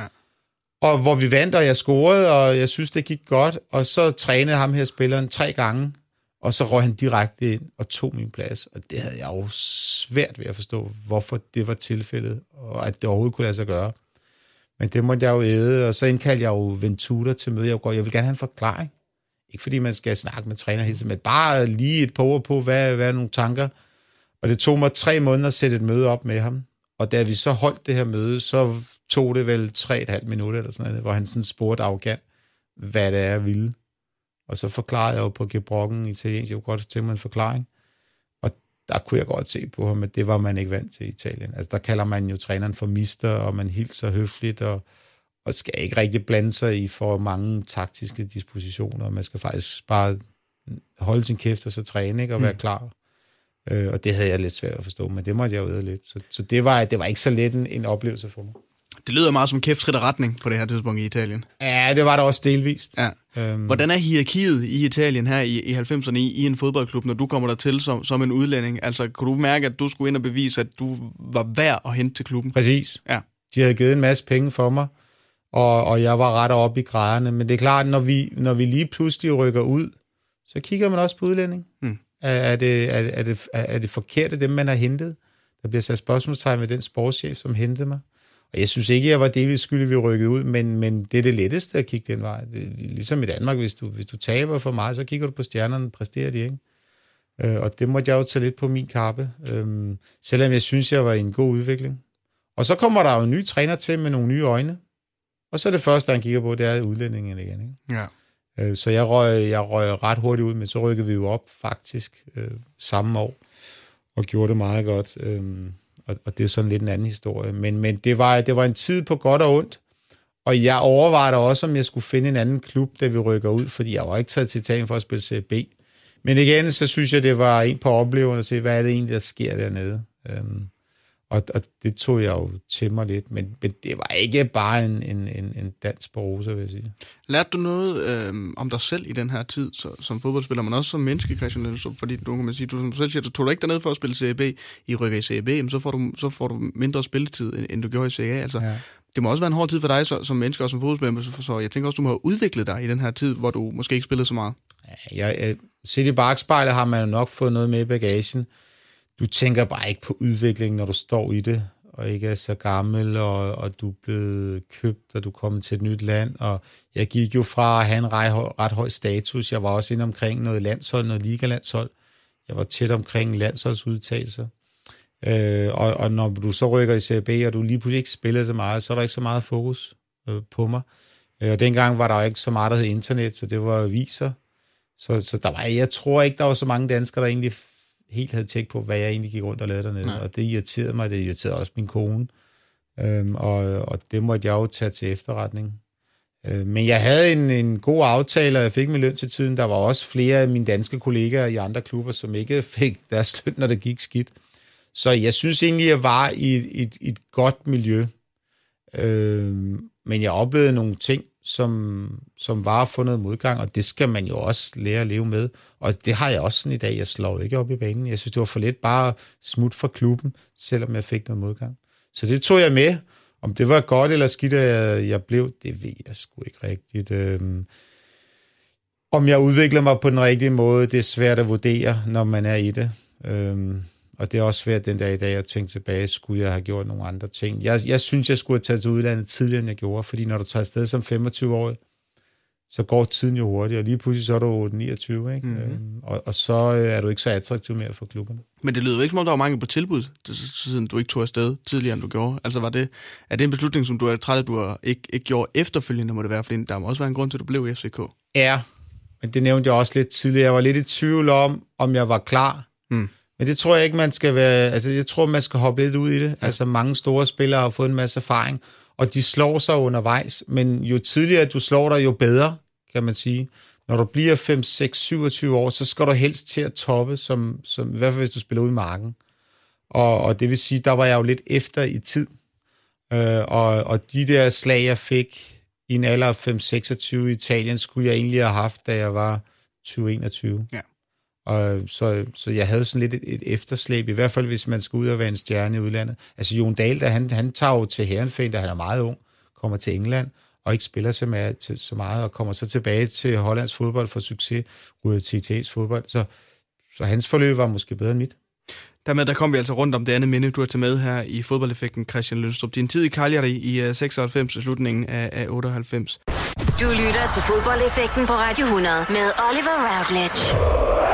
Og hvor vi vandt, og jeg scorede, og jeg synes, det gik godt. Og så trænede ham her spilleren tre gange, og så røg han direkte ind og tog min plads. Og det havde jeg jo svært ved at forstå, hvorfor det var tilfældet, og at det overhovedet kunne lade sig gøre. Men det måtte jeg jo æde, og så indkaldte jeg jo Ventura til møde. Jeg, jeg vil gerne have en forklaring. Ikke fordi man skal snakke med træner hele tiden, men bare lige et par ord på, hvad, hvad er nogle tanker. Og det tog mig tre måneder at sætte et møde op med ham. Og da vi så holdt det her møde, så tog det vel tre og et halvt minutter, eller sådan noget, hvor han sådan spurgte arrogant, hvad det er, jeg ville. Og så forklarede jeg jo på gebrokken italiensk, jeg kunne godt tænke mig en forklaring. Og der kunne jeg godt se på ham, at det var man ikke vant til i Italien. Altså der kalder man jo træneren for mister, og man hilser høfligt, og, og skal ikke rigtig blande sig i for mange taktiske dispositioner. Man skal faktisk bare holde sin kæft og så træne, ikke, og være mm. klar. Øh, og det havde jeg lidt svært at forstå, men det måtte jeg jo øde lidt. Så, så det, var, det var ikke så let en, en oplevelse for mig. Det lyder meget som kæftskridt retning på det her tidspunkt i Italien. Ja, det var der også delvist. Ja. Øhm. Hvordan er hierarkiet i Italien her i, i halvfemserne i, i en fodboldklub, når du kommer der til som, som en udlænding? Altså, kunne du mærke, at du skulle ind og bevise, at du var værd at hente til klubben? Præcis. Ja. De havde givet en masse penge for mig, og, og jeg var ret oppe i graderne. Men det er klart, når vi, når vi lige pludselig rykker ud, så kigger man også på udlænding. Hmm. Er, er, det, er, er, det, er det forkerte, dem man har hentet? Der bliver sat spørgsmålstegn med den sportschef, som hentede mig. Og jeg synes ikke, jeg var delvis skyld, at vi rykkede ud, men, men det er det letteste at kigge den vej. Det er ligesom i Danmark, hvis du, hvis du taber for meget, så kigger du på stjernerne, præsterer de, ikke? Øh, og det måtte jeg jo tage lidt på min kappe, øh, selvom jeg synes, jeg var i en god udvikling. Og så kommer der jo en ny træner til med nogle nye øjne, og så er det første, han kigger på, det er udlændingen igen, ikke? Ja. Øh, så jeg røg, jeg røg ret hurtigt ud, men så rykkede vi jo op faktisk øh, samme år, og gjorde det meget godt. Øh, Og, og det er sådan lidt en anden historie. Men, men det, var, det var en tid på godt og ondt. Og jeg overvejede også, om jeg skulle finde en anden klub, da vi rykker ud, fordi jeg var ikke taget til Italien for at spille Serie B. Men igen, så synes jeg, det var en på oplevelse at se, hvad er det egentlig, der sker dernede. Øhm, og, og det tog jeg jo til mig lidt. Men, men det var ikke bare en, en, en, en dans på roser, vil jeg sige. Lærte du noget øh, om dig selv i den her tid, så, som fodboldspiller, men også som menneske, Christian Lindstrup? Fordi du kan man sige, du, som du selv siger, du tog dig ikke derned for at spille Serie B. I rykker i Serie B, men så får du, så får du mindre spilletid, end, end du gjorde i Serie A. Altså, ja. Det må også være en hård tid for dig så, som menneske og som fodboldspiller, så, så jeg tænker også, du må have udviklet dig i den her tid, hvor du måske ikke spillede så meget. Ja, jeg, set i bakspejlet har man jo nok fået noget med i bagagen. Du tænker bare ikke på udvikling, når du står i det, og ikke er så gammel, og, og du er blevet købt, og du er kommet til et nyt land. Og jeg gik jo fra at have en ret, ret høj status. Jeg var også inde omkring noget landshold, noget ligalandshold. Jeg var tæt omkring landsholdsudtagelser. Øh, og, og når du så rykker i Serie B, og du lige pludselig ikke spiller så meget, så er der ikke så meget fokus øh, på mig. Øh, og dengang var der jo ikke så meget, der hed internet, så det var aviser. Så, så der var, jeg tror ikke, der var så mange danskere, der egentlig helt havde tjekket på, hvad jeg egentlig gik rundt og lavede dernede. Nej. Og det irriterede mig, det irriterede også min kone. Øhm, og, og det måtte jeg jo tage til efterretning. Øh, men jeg havde en, en god aftale, og jeg fik min løn til tiden. Der var også flere af mine danske kollegaer i andre klubber, som ikke fik deres løn, når det gik skidt. Så jeg synes egentlig, jeg var i et, et, et godt miljø. Øh, men jeg oplevede nogle ting, som, som var at få noget modgang, og det skal man jo også lære at leve med. Og det har jeg også sådan i dag. Jeg slår ikke op i banen. Jeg synes, det var for lidt bare smut fra klubben, selvom jeg fik noget modgang. Så det tog jeg med. Om det var godt eller skidt, at jeg, jeg blev, det ved jeg sgu ikke rigtigt. Om jeg udvikler mig på den rigtige måde, det er svært at vurdere, når man er i det. Øhm, og det er også svært den dag i dag at tænke tilbage, skulle jeg have gjort nogle andre ting. Jeg, jeg synes, jeg skulle have taget til udlandet tidligere, end jeg gjorde, fordi når du tager afsted som femogtyve-årig, så går tiden jo hurtigt, og lige pludselig så er du otte niogtyve, ikke? Mm-hmm. Øhm, og, og så er du ikke så attraktiv mere for klubberne. Men det lyder jo ikke, som om der var mange på tilbud, siden du ikke tog afsted tidligere, end du gjorde. Altså var det, er det en beslutning, som du er træt af, du har ikke, ikke gjort efterfølgende, må det være, fordi der må også være en grund til, at du blev i F C K. Ja, men det nævnte jeg også lidt tidligere. Jeg var lidt i tvivl om, om jeg var klar. Mm. Men det tror jeg ikke, man skal være... Altså, jeg tror, man skal hoppe lidt ud i det. Ja. Altså, mange store spillere har fået en masse erfaring, og de slår sig undervejs. Men jo tidligere du slår dig, jo bedre, kan man sige. Når du bliver fem, seks, syvogtyve år, så skal du helst til at toppe, som, som, i hvert fald hvis du spiller ud i marken. Og, og det vil sige, der var jeg jo lidt efter i tid. Øh, og, og de der slag, jeg fik i en alder af fem seksogtyve i Italien, skulle jeg egentlig have haft, da jeg var tyve enogtyve. Ja. Og så, så jeg havde sådan lidt et, et efterslæb, i hvert fald hvis man skal ud og være en stjerne i udlandet. Altså Jon Dahl, der, han, han tager jo til Heerenveen, da han er meget ung, kommer til England, og ikke spiller så meget, til, så meget og kommer så tilbage til Hollands fodbold for succes, ryger til italiensk fodbold. Så, så hans forløb var måske bedre end mit. Dermed der kom vi altså rundt om det andet minde, du har taget med her i fodboldeffekten, Christian Lønstrup. Din tid i Cagliari i seksoghalvfems og slutningen af, af otteoghalvfems. Du lytter til fodboldeffekten på Radio hundrede med Oliver Routledge.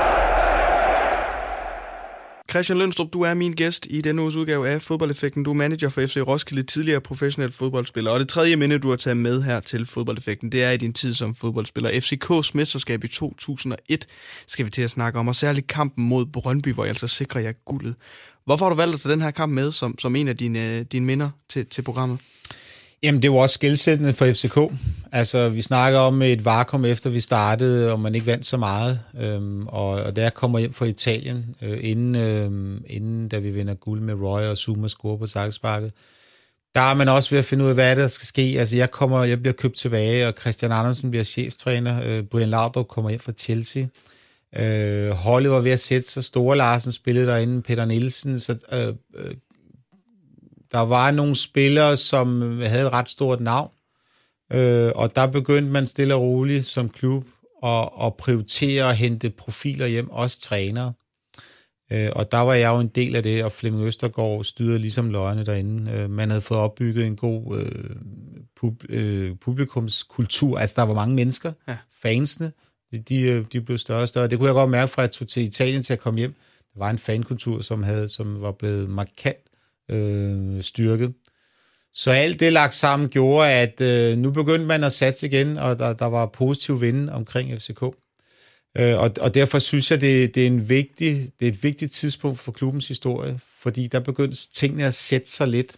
Christian Lønstrup, du er min gæst i denne uges udgave af Fodboldeffekten. Du er manager for F C Roskilde, tidligere professionel fodboldspiller. Og det tredje minde, du har taget med her til Fodboldeffekten, det er i din tid som fodboldspiller. F C K's mesterskab i to tusind og et skal vi til at snakke om, og særligt kampen mod Brøndby, hvor jeg altså sikrer jer guldet. Hvorfor har du valgt at tage den her kamp med som, som en af dine, dine minder til, til programmet? Jamen, det var også skelsættende for F C K. Altså, vi snakker om et vakuum efter vi startede, og man ikke vandt så meget. Øhm, og, og da jeg kommer hjem fra Italien, øh, inden, øh, inden da vi vinder guld med Roy og Zuma scorer på Saksparket, der er man også ved at finde ud af, hvad der skal ske. Altså, jeg, kommer, jeg bliver købt tilbage, og Christian Andersen bliver cheftræner. Øh, Brian Laudrup kommer hjem fra Chelsea. Øh, holdet var ved at sætte sig. Store Larsen spillede derinde, Peter Nielsen, så... Øh, øh, Der var nogle spillere, som havde et ret stort navn, øh, og der begyndte man stille og roligt som klub at, at prioritere at hente profiler hjem, også trænere. Øh, og der var jeg jo en del af det, og Flemming Østergaard styrede ligesom løjerne derinde. Øh, man havde fået opbygget en god øh, pub, øh, publikumskultur. Altså, der var mange mennesker, ja. Fansene, de, de, de blev større og større. Det kunne jeg godt mærke fra, at jeg tog til Italien til at komme hjem. Der var en fankultur, som, havde, som var blevet markant Øh, styrket. Så alt det lagt sammen gjorde, at øh, nu begyndte man at satse igen, og der, der var positiv vinde omkring F C K. Øh, og, og derfor synes jeg, det, det, er en vigtig, det er et vigtigt tidspunkt for klubbens historie, fordi der begyndte tingene at sætte sig lidt.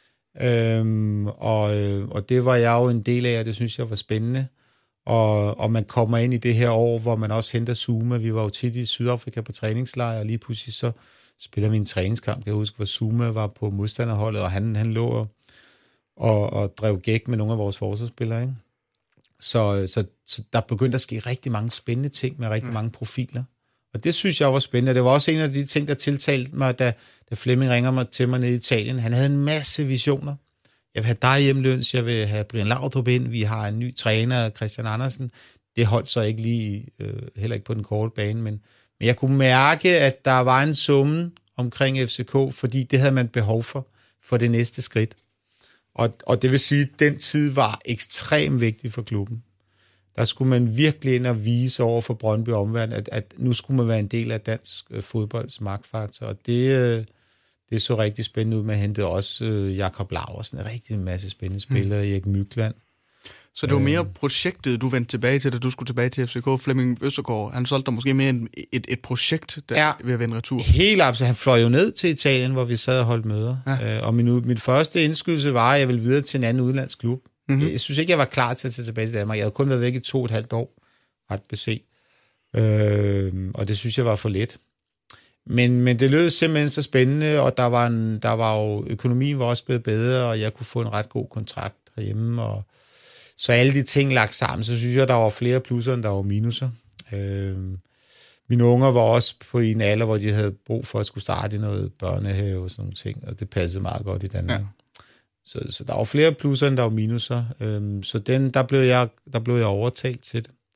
Øh, og, og det var jeg jo en del af, og det synes jeg var spændende. Og, og man kommer ind i det her år, hvor man også henter Zuma. Vi var jo tit i Sydafrika på træningslejr, og lige pludselig så spiller vi en træningskamp. Jeg husker, hvor Zuma var på modstanderholdet, og han, han lå og, og, og drev gæk med nogle af vores forsvarsspillere, ikke? Så, så, så der begyndte at ske rigtig mange spændende ting med rigtig mange profiler. Og det synes jeg var spændende. Det var også en af de ting, der tiltalte mig, da, da Flemming ringer mig til mig nede i Italien. Han havde en masse visioner. Jeg vil have dig hjem, Løns. Jeg vil have Brian Laudrup ind. Vi har en ny træner, Christian Andersen. Det holdt så ikke lige, øh, heller ikke på den korte bane, men Men jeg kunne mærke, at der var en summe omkring F C K, fordi det havde man behov for, for det næste skridt. Og, og det vil sige, at den tid var ekstremt vigtig for klubben. Der skulle man virkelig ind og vise over for Brøndby omverden, at, at nu skulle man være en del af dansk fodbolds magtfaktor. Og det, det så rigtig spændende ud. Man hentede også Jakob Laursen, en rigtig masse spændende spillere, mm. Erik Mykland. Så det var mere projektet, du vendte tilbage til, da du skulle tilbage til F C K. Flemming Østergaard, han solgte dig måske mere en, et, et projekt der, ja, ved at vende retur. Helt absolut. Han fløj jo ned til Italien, hvor vi sad og holdt møder. Ja. Og min, min første indskydelse var, at jeg ville videre til en anden udlandsk klub. Mm-hmm. Jeg synes ikke, jeg var klar til at tage tilbage til Danmark. Jeg havde kun været væk i to og et halvt år, ret beset. Øh, og det synes jeg var for let. Men, men det lød simpelthen så spændende, og der var, en, der var jo, økonomien var også blevet bedre, og jeg kunne få en ret god kontrakt herhjemme, og så alle de ting lagt sammen, så synes jeg, der var flere plusser, end der var minuser. Øh, mine unger var også på en alder, hvor de havde brug for at skulle starte i noget børnehave og sådan nogle ting, og det passede meget godt i Danmark. Ja. Så, så der var flere plusser, end der var minuser. Øh, så den, der, blev jeg, der blev jeg overtalt til det.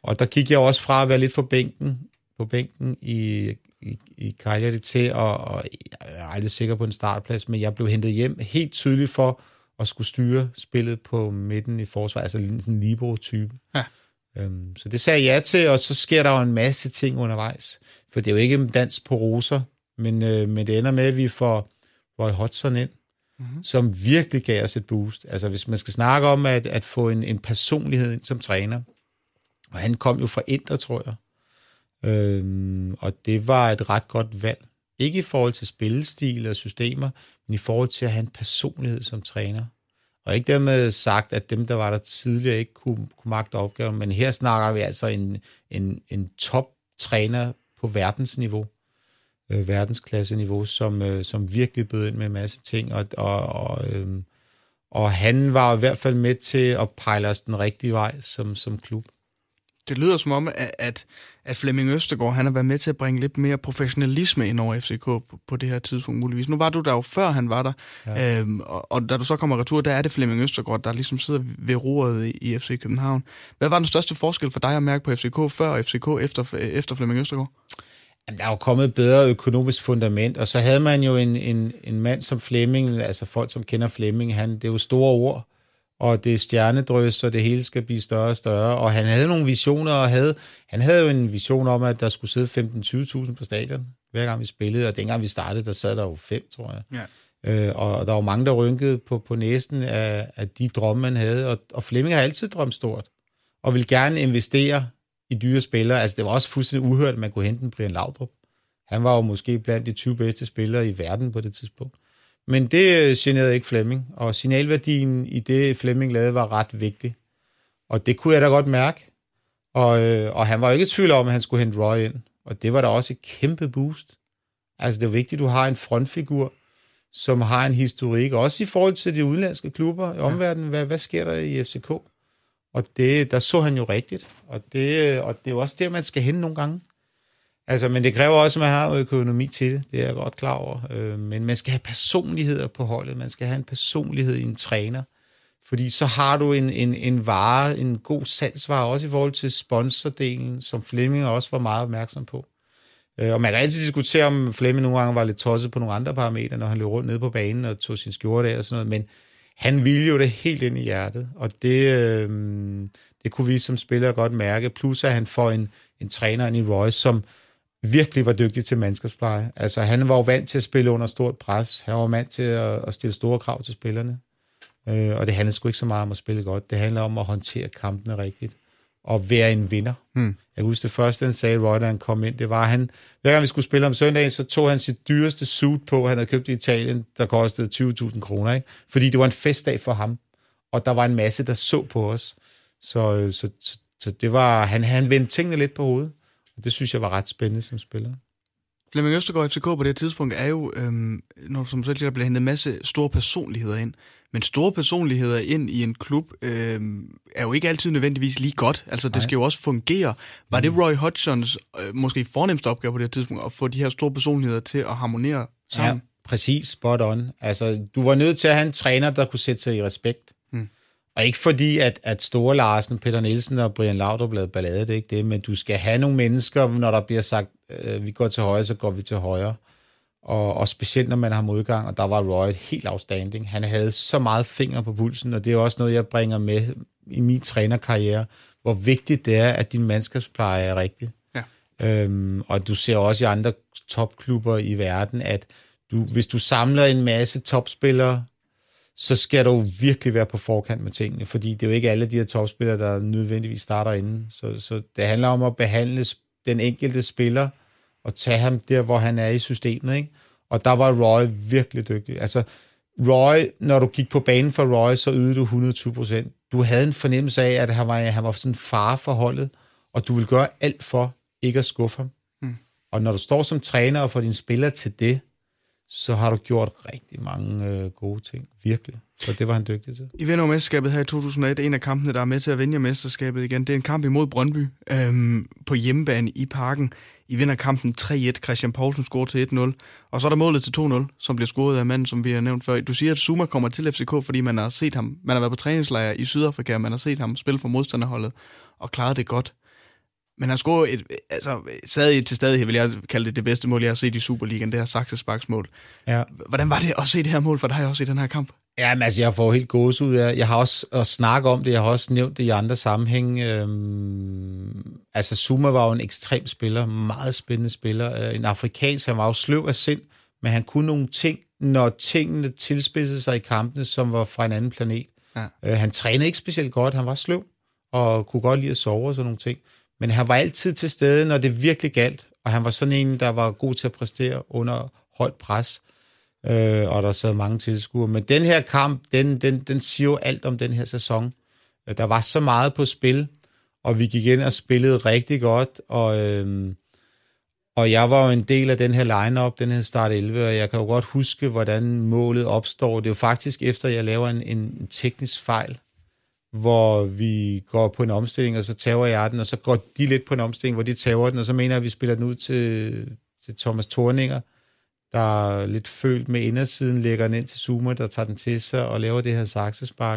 Og der gik jeg også fra at være lidt for bænken, på bænken i, i, i Cagliari til, og, og jeg er aldrig sikker på en startplads, men jeg blev hentet hjem helt tydeligt for at skulle styre spillet på midten i forsvar, altså sådan en libero-type. Ja. Øhm, så det sagde jeg ja til, og så sker der jo en masse ting undervejs. For det er jo ikke en dans på roser, men, øh, men det ender med, at vi får Roy Hodgson ind, mm-hmm. som virkelig gav os et boost. Altså hvis man skal snakke om at, at få en, en personlighed ind som træner, og han kom jo fra Inter, tror jeg, øhm, og det var et ret godt valg. Ikke i forhold til spillestil og systemer, men i forhold til at have en personlighed som træner. Og ikke dermed sagt, at dem, der var der tidligere, ikke kunne, kunne magte opgaven, men her snakker vi altså en, en, en top-træner på verdensniveau, øh, verdensklasseniveau, som, øh, som virkelig bød ind med en masse ting, og, og, og, øh, og han var i hvert fald med til at pejle os den rigtige vej som, som klub. Det lyder som om, at, at Flemming Østergaard, han har været med til at bringe lidt mere professionalisme ind over F C K på, på det her tidspunkt muligvis. Nu var du der jo før han var der, ja. øhm, og, og da du så kommer retur, der er det Flemming Østergaard, der ligesom sidder ved roret i, i F C København. Hvad var den største forskel for dig at mærke på F C K før og F C K efter, efter Flemming Østergaard? Jamen, der er jo kommet et bedre økonomisk fundament, og så havde man jo en, en, en mand som Flemming, altså folk som kender Flemming, han, det er jo store ord, og det er stjernedrøs, og det hele skal blive større og større, og han havde nogle visioner, og havde, han havde jo en vision om, at der skulle sidde femten til tyve tusind på stadion, hver gang vi spillede, og dengang vi startede, der sad der jo fem, tror jeg. Ja. Øh, og der var mange, der rynkede på, på næsten af, af de drømme, man havde, og, og Flemming har altid drømt stort, og ville gerne investere i dyre spillere. Altså, det var også fuldstændig uhørt, at man kunne hente en Brian Laudrup. Han var jo måske blandt de tyve bedste spillere i verden på det tidspunkt. Men det generede ikke Flemming, og signalværdien i det, Flemming lavede, var ret vigtig. Og det kunne jeg da godt mærke. Og, øh, og han var jo ikke i tvivl om, at han skulle hente Roy ind. Og det var da også et kæmpe boost. Altså, det er vigtigt, at du har en frontfigur, som har en historik, også i forhold til de udenlandske klubber i omverdenen. Hvad, hvad sker der i F C K? Og det, der så han jo rigtigt. Og det, og det er jo også det, man skal hente nogle gange. Altså, men det kræver også, at man har økonomi til det. Det er jeg godt klar over. Men man skal have personligheder på holdet. Man skal have en personlighed i en træner. Fordi så har du en, en, en vare, en god salgsvare, også i forhold til sponsordelen, som Flemming også var meget opmærksom på. Og man kan altid diskutere, om Flemming nogle gange var lidt tosset på nogle andre parametre, når han løb rundt nede på banen og tog sin skjorte af og sådan noget. Men han ville jo det helt ind i hjertet, og det, øh, det kunne vi som spillere godt mærke. Plus at han får en, en træner i Roy, som virkelig var dygtig til mandskabspleje. Altså, han var jo vant til at spille under stort pres. Han var vant til at, at stille store krav til spillerne. Øh, og det handlede sgu ikke så meget om at spille godt. Det handler om at håndtere kampene rigtigt. Og være en vinder. Hmm. Jeg kan huske det første, han sagde, Roy, da han kom ind, det var, han, hver gang vi skulle spille om søndagen, så tog han sit dyreste suit på, han havde købt i Italien, der kostede tyve tusind kroner, ikke? Fordi det var en festdag for ham. Og der var en masse, der så på os. Så, så, så, så det var, han, han vendte tingene lidt på hovedet. Og det synes jeg var ret spændende som spiller. Flemming Østergaard F C K på det her tidspunkt er jo, øhm, når som selv der bliver hentet en masse store personligheder ind. Men store personligheder ind i en klub øhm, er jo ikke altid nødvendigvis lige godt. Altså, det Nej. skal jo også fungere. Var det Roy Hodgsons øh, måske fornemmeste opgave på det her tidspunkt, at få de her store personligheder til at harmonere sammen? Ja, præcis. Spot on. Altså, du var nødt til at have en træner, der kunne sætte sig i respekt. Hmm. Og ikke fordi, at, at Store Larsen, Peter Nielsen og Brian Laudrup lavede ballade, det er ikke det, men du skal have nogle mennesker, når der bliver sagt, øh, vi går til højre, så går vi til højre. Og, og specielt, når man har modgang, og der var Roy helt outstanding. Han havde så meget finger på pulsen, og det er også noget, jeg bringer med i min trænerkarriere, hvor vigtigt det er, at din mandskabspleje er rigtig. Ja. Øhm, og du ser også i andre topklubber i verden, at du, hvis du samler en masse topspillere, så skal du virkelig være på forkant med tingene, fordi det er jo ikke alle de her topspillere, der nødvendigvis starter inden. Så, så det handler om at behandle den enkelte spiller, og tage ham der, hvor han er i systemet, ikke? Og der var Roy virkelig dygtig. Altså, Roy, når du gik på banen for Roy, så ydede du et hundrede og tyve procent. Du havde en fornemmelse af, at han var, han var sådan en far for holdet, og du ville gøre alt for ikke at skuffe ham. Mm. Og når du står som træner og får dine spillere til det, så har du gjort rigtig mange øh, gode ting. Virkelig. Så det var han dygtig til. I vinder mesterskabet her i to tusind og et. En af kampene, der er med til at vinde mesterskabet igen. Det er en kamp imod Brøndby øhm, på hjemmebane i Parken. I vinder kampen tre et. Christian Poulsen scorer til et nul. Og så er der målet til to nul, som bliver scoret af manden, som vi har nævnt før. Du siger, at Zuma kommer til F C K, fordi man har set ham. Man har været på træningslejr i Sydafrika, og man har set ham spille for modstanderholdet og klaret det godt. Men han scorede et, altså stadig til stadig vil jeg kalde det det bedste mål, jeg har set i Superligaen, det her saksesparksmål. Ja. Hvordan var det at se det her mål for dig også i den her kamp? Ja, men altså, jeg får helt gåsehud af. Jeg har også at snakke om det, jeg har også nævnt det i andre sammenhæng. Øhm, altså, Zouma var jo en ekstrem spiller, meget spændende spiller. En afrikansk, han var jo sløv af sind, men han kunne nogle ting, når tingene tilspidsede sig i kampene, som var fra en anden planet. Ja. Øh, han trænede ikke specielt godt, han var sløv, og kunne godt lide at sove og sådan nogle ting. Men han var altid til stede, når det virkelig galt, og han var sådan en, der var god til at præstere under højt pres, øh, og der sad mange tilskuere. Men den her kamp, den, den, den siger jo alt om den her sæson. Der var så meget på spil, og vi gik ind og spillede rigtig godt, og, øh, og jeg var jo en del af den her line-up, den her start elleve, og jeg kan jo godt huske, hvordan målet opstår. Det er jo faktisk efter, jeg laver en, en teknisk fejl, hvor vi går på en omstilling, og så tager jeg den, og så går de lidt på en omstilling, hvor de tager den, og så mener jeg, at vi spiller den ud til, til Thomas Thorninger, der er lidt følt med indersiden, lægger den ind til Zouma, der tager den til sig og laver det her saksespark,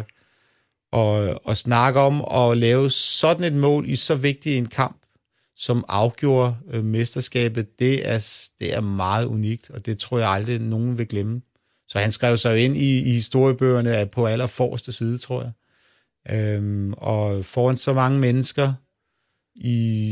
og, og snakker om at lave sådan et mål i så vigtig en kamp, som afgjorde øh, mesterskabet. Det er, det er meget unikt, og det tror jeg aldrig, nogen vil glemme. Så han skrev sig ind i, i historiebøgerne på allerforreste side, tror jeg. Øhm, og foran så mange mennesker i,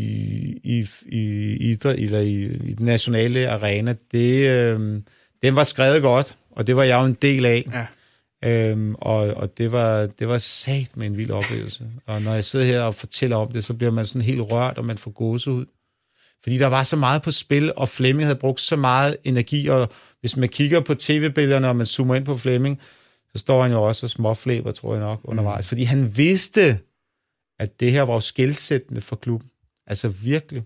i, i, idræt, eller i, i den nationale arena, det, øhm, den var skrevet godt, og det var jeg jo en del af. Ja. Øhm, og og det, var, det var sat med en vild oplevelse. Og når jeg sidder her og fortæller om det, så bliver man sådan helt rørt, og man får gåsehud. Fordi der var så meget på spil, og Flemming havde brugt så meget energi, og hvis man kigger på tv-billederne, og man zoomer ind på Flemming, så står han jo også og småflæber, tror jeg nok, undervejs. Fordi han vidste, at det her var jo skelsættende for klubben. Altså virkelig.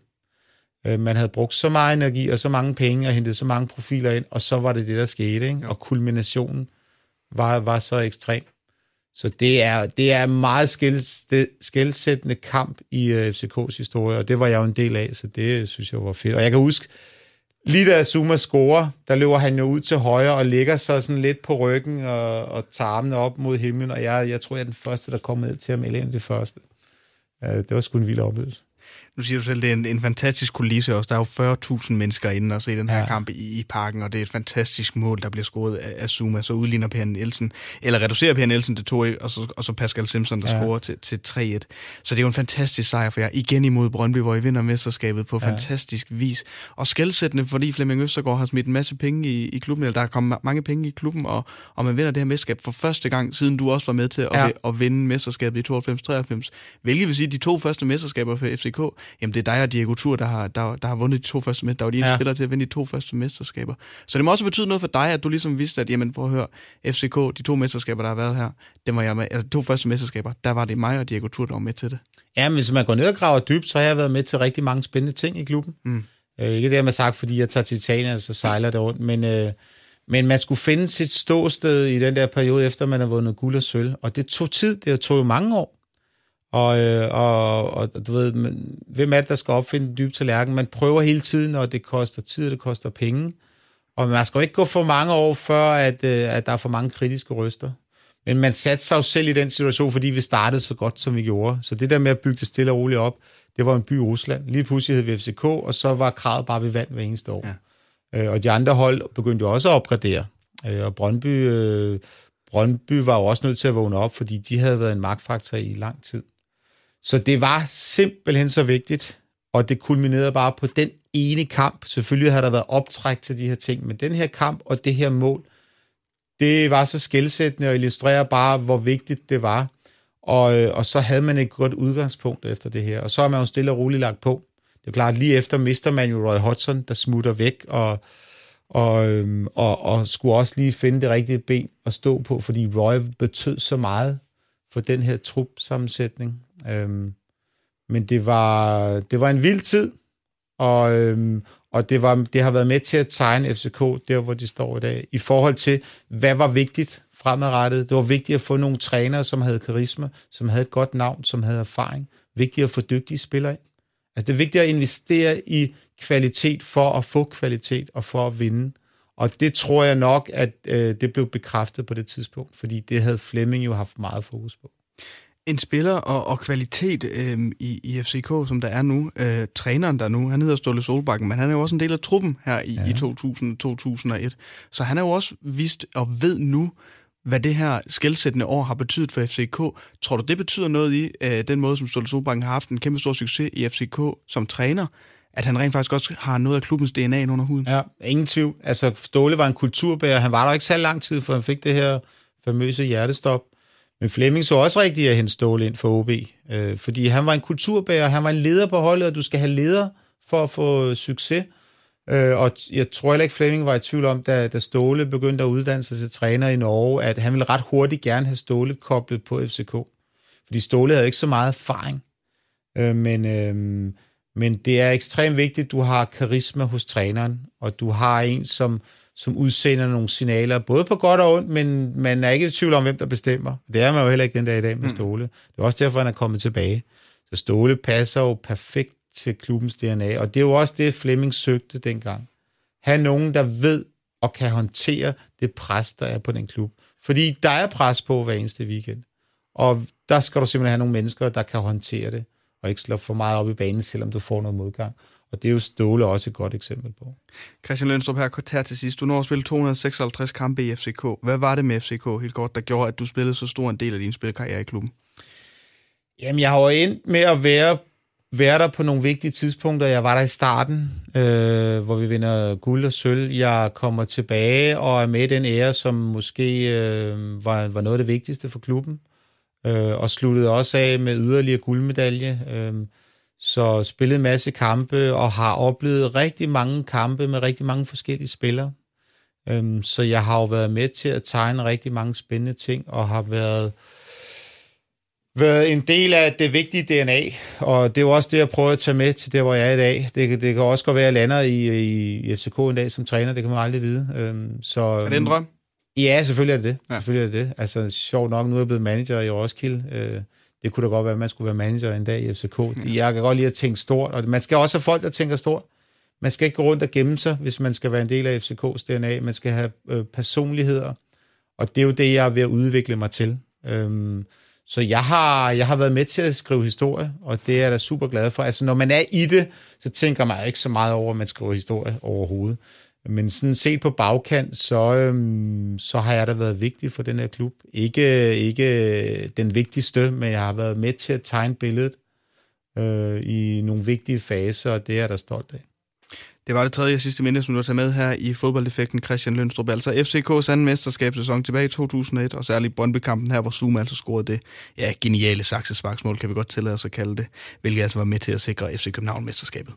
Man havde brugt så meget energi og så mange penge og hentet så mange profiler ind, og så var det det, der skete. Ikke? Og kulminationen var, var så ekstrem. Så det er, det er en meget skelsættende kamp i uh, F C K's historie, og det var jeg jo en del af, så det synes jeg var fedt. Og jeg kan huske, lige da Zouma scorer, der løber han jo ud til højre og lægger sig sådan lidt på ryggen og, og tager armene op mod himlen, og jeg, jeg tror, jeg er den første, der kom ned til at melde ind det første. Uh, det var sgu en vild oplevelse. Nu siger du selv, det er en, en fantastisk kulisse også. Der er jo fyrre tusind mennesker inde og se den her ja. kamp i, i parken, og det er et fantastisk mål, der bliver scoret af, af Zouma. Så udligner Per Nielsen, eller reducerer Per Nielsen til to et, og så, og så Pascal Simpson, der ja. scorer til, til tre et. Så det er jo en fantastisk sejr for jer. Igen imod Brøndby, hvor I vinder mesterskabet på ja. fantastisk vis. Og skelsættende, fordi Flemming Østergaard har smidt en masse penge i, i klubben, eller der er kommet mange penge i klubben, og, og man vinder det her mesterskab for første gang, siden du også var med til at, ja. at vinde mesterskabet i tooghalvfems treoghalvfems. Hvilket vil sige, de to første mesterskaber for F C K, jamen det er dig og Diego Tur, der har, der, der har vundet de to første mesterskaber. Der var de eneste ja. spillere til at vinde de to første mesterskaber. Så det må også betyde noget for dig, at du ligesom vidste, at jamen, prøv at høre, F C K, de to mesterskaber, der har været her, det var jeg med, altså to første mesterskaber, der var det mig og Diego Tur, der var med til det. Ja, men hvis man går ned og graver dybt, så har jeg været med til rigtig mange spændende ting i klubben. Mm. Øh, ikke det, jeg har sagt, fordi jeg tager til Italien, så sejler det rundt, men, øh, men man skulle finde sit ståsted i den der periode, efter man har vundet guld og sølv, og det tog tid, det tog jo mange år. Og, og, og du ved, hvem er det, der skal opfinde den dybe tallerken? Man prøver hele tiden, og det koster tid, det koster penge. Og man skal jo ikke gå for mange år, før at, at der er for mange kritiske røster. Men man satte sig jo selv i den situation, fordi vi startede så godt, som vi gjorde. Så det der med at bygge det stille og roligt op, det var en by i Rusland. Lige pludselig hed vi F C K, og så var kravet bare, vi vandt hver eneste år. Ja. Og de andre hold begyndte jo også at opgradere. Og Brøndby, Brøndby var jo også nødt til at vågne op, fordi de havde været en magtfaktor i lang tid. Så det var simpelthen så vigtigt, og det kulminerede bare på den ene kamp. Selvfølgelig har der været optræk til de her ting, men den her kamp og det her mål, det var så skelsættende og illustrerer bare, hvor vigtigt det var. Og, og så havde man et godt udgangspunkt efter det her, og så er man jo stille og roligt lagt på. Det er klart, lige efter mister man jo Roy Hodgson, der smutter væk, og, og, og, og skulle også lige finde det rigtige ben at stå på, fordi Roy betød så meget for den her trup-sammensætning. Øhm, men det var, det var en vild tid, og, øhm, og det, var, det har været med til at tegne F C K der, hvor de står i dag, i forhold til, hvad var vigtigt fremadrettet. Det var vigtigt at få nogle trænere, som havde karisma, som havde et godt navn, som havde erfaring. Vigtigt at få dygtige spillere ind. Altså det er vigtigt at investere i kvalitet for at få kvalitet og for at vinde. Og det tror jeg nok, at øh, det blev bekræftet på det tidspunkt, fordi det havde Flemming jo haft meget fokus på. En spiller og, og kvalitet øh, i, i F C K, som der er nu, øh, træneren der nu, han hedder Ståle Solbakken, men han er jo også en del af truppen her i, ja. i to tusind til to tusind og et. Så han er jo også vist og ved nu, hvad det her skelsættende år har betydet for F C K. Tror du, det betyder noget i øh, den måde, som Ståle Solbakken har haft en kæmpe stor succes i F C K som træner, at han rent faktisk også har noget af klubbens D N A under huden? Ja, ingen tvivl. Altså, Ståle var en kulturbærer. Han var der ikke så lang tid, for han fik det her famøse hjertestop. Men Flemming så også rigtigt at hente Ståle ind for O B, øh, fordi han var en kulturbærer, han var en leder på holdet, og du skal have leder for at få succes. Øh, og jeg tror heller ikke, Flemming var i tvivl om, da, da Ståle begyndte at uddanne sig til træner i Norge, at han ville ret hurtigt gerne have Ståle koblet på F C K. Fordi Ståle havde ikke så meget erfaring. Øh, men, øh, men det er ekstremt vigtigt, at du har karisma hos træneren, og du har en, som... som udsender nogle signaler, både på godt og ondt, men man er ikke i tvivl om, hvem der bestemmer. Det er man jo heller ikke den dag i dag med Ståle. Det er også derfor, han er kommet tilbage. Så Ståle passer jo perfekt til klubbens D N A, og det er jo også det, Flemming søgte dengang. Ha' nogen, der ved og kan håndtere det pres, der er på den klub. Fordi der er pres på hver eneste weekend. Og der skal du simpelthen have nogle mennesker, der kan håndtere det, og ikke slå for meget op i banen, selvom du får noget modgang. Og det er jo Ståle også et godt eksempel på. Christian Lønstrup her, her til sidst. Du når at spille to hundrede og seksoghalvtreds kampe i F C K. Hvad var det med F C K helt kort, der gjorde, at du spillede så stor en del af din spilkarriere i klubben? Jamen, jeg har jo endt med at være, være der på nogle vigtige tidspunkter. Jeg var der i starten, øh, hvor vi vinder guld og sølv. Jeg kommer tilbage og er med i den ære, som måske øh, var, var noget af det vigtigste for klubben. Øh, og sluttede også af med yderligere guldmedalje. Øh, Så spillet en masse kampe og har oplevet rigtig mange kampe med rigtig mange forskellige spillere. Øhm, så jeg har jo været med til at tegne rigtig mange spændende ting og har været, været en del af det vigtige D N A. Og det er jo også det, jeg prøver at tage med til der, hvor jeg er i dag. Det, det kan også godt være, at jeg lander i, i F C K en dag som træner. Det kan man aldrig vide. Øhm, så, er det en drøm? Ja, selvfølgelig er det det. Ja. Selvfølgelig er det det. Altså, sjovt nok, nu er jeg blevet manager i Roskilde. Øh, Det kunne da godt være, at man skulle være manager en dag i F C K. Jeg kan godt lide at tænke stort, og man skal også have folk, der tænker stort. Man skal ikke gå rundt og gemme sig, hvis man skal være en del af F C K's D N A. Man skal have øh, personligheder, og det er jo det, jeg er ved at udvikle mig til. Øhm, så jeg har, jeg har været med til at skrive historie, og det er jeg da super glad for. Altså, når man er i det, så tænker man ikke så meget over, at man skriver historie overhovedet. Men sådan set på bagkant, så, øhm, så har jeg da været vigtig for den her klub. Ikke, ikke den vigtigste, men jeg har været med til at tegne billedet øh, i nogle vigtige faser, og det er jeg da stolt af. Det var det tredje og sidste minde, som du har taget med her i fodboldeffekten, Christian Lønstrup. Altså F C K's anden mesterskabssæson tilbage i to tusind og et, og særligt Brøndby-kampen her, hvor Zuma altså scorede det ja, geniale saksesparksmål, kan vi godt tillade os at kalde det, hvilket altså var med til at sikre F C København-mesterskabet.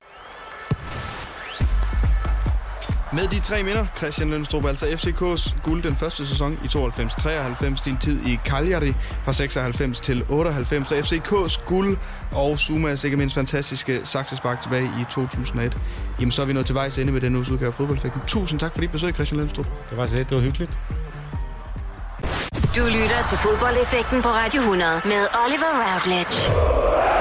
Med de tre minder, Christian Lønstrup, altså F C K's guld den første sæson i tooghalvfems treoghalvfems, din tid i Cagliari fra seksoghalvfems til otteoghalvfems, og F C K's guld og Zumas ikke mindst fantastiske saksespark tilbage i to tusind og et. Jamen så er vi nået til vejs ende med denne uges udgave af Fodboldeffekten. Tusind tak for dit besøg, Christian Lønstrup. Det var så det, det var hyggeligt. Du lytter til Fodboldeffekten på Radio hundrede med Oliver Routledge.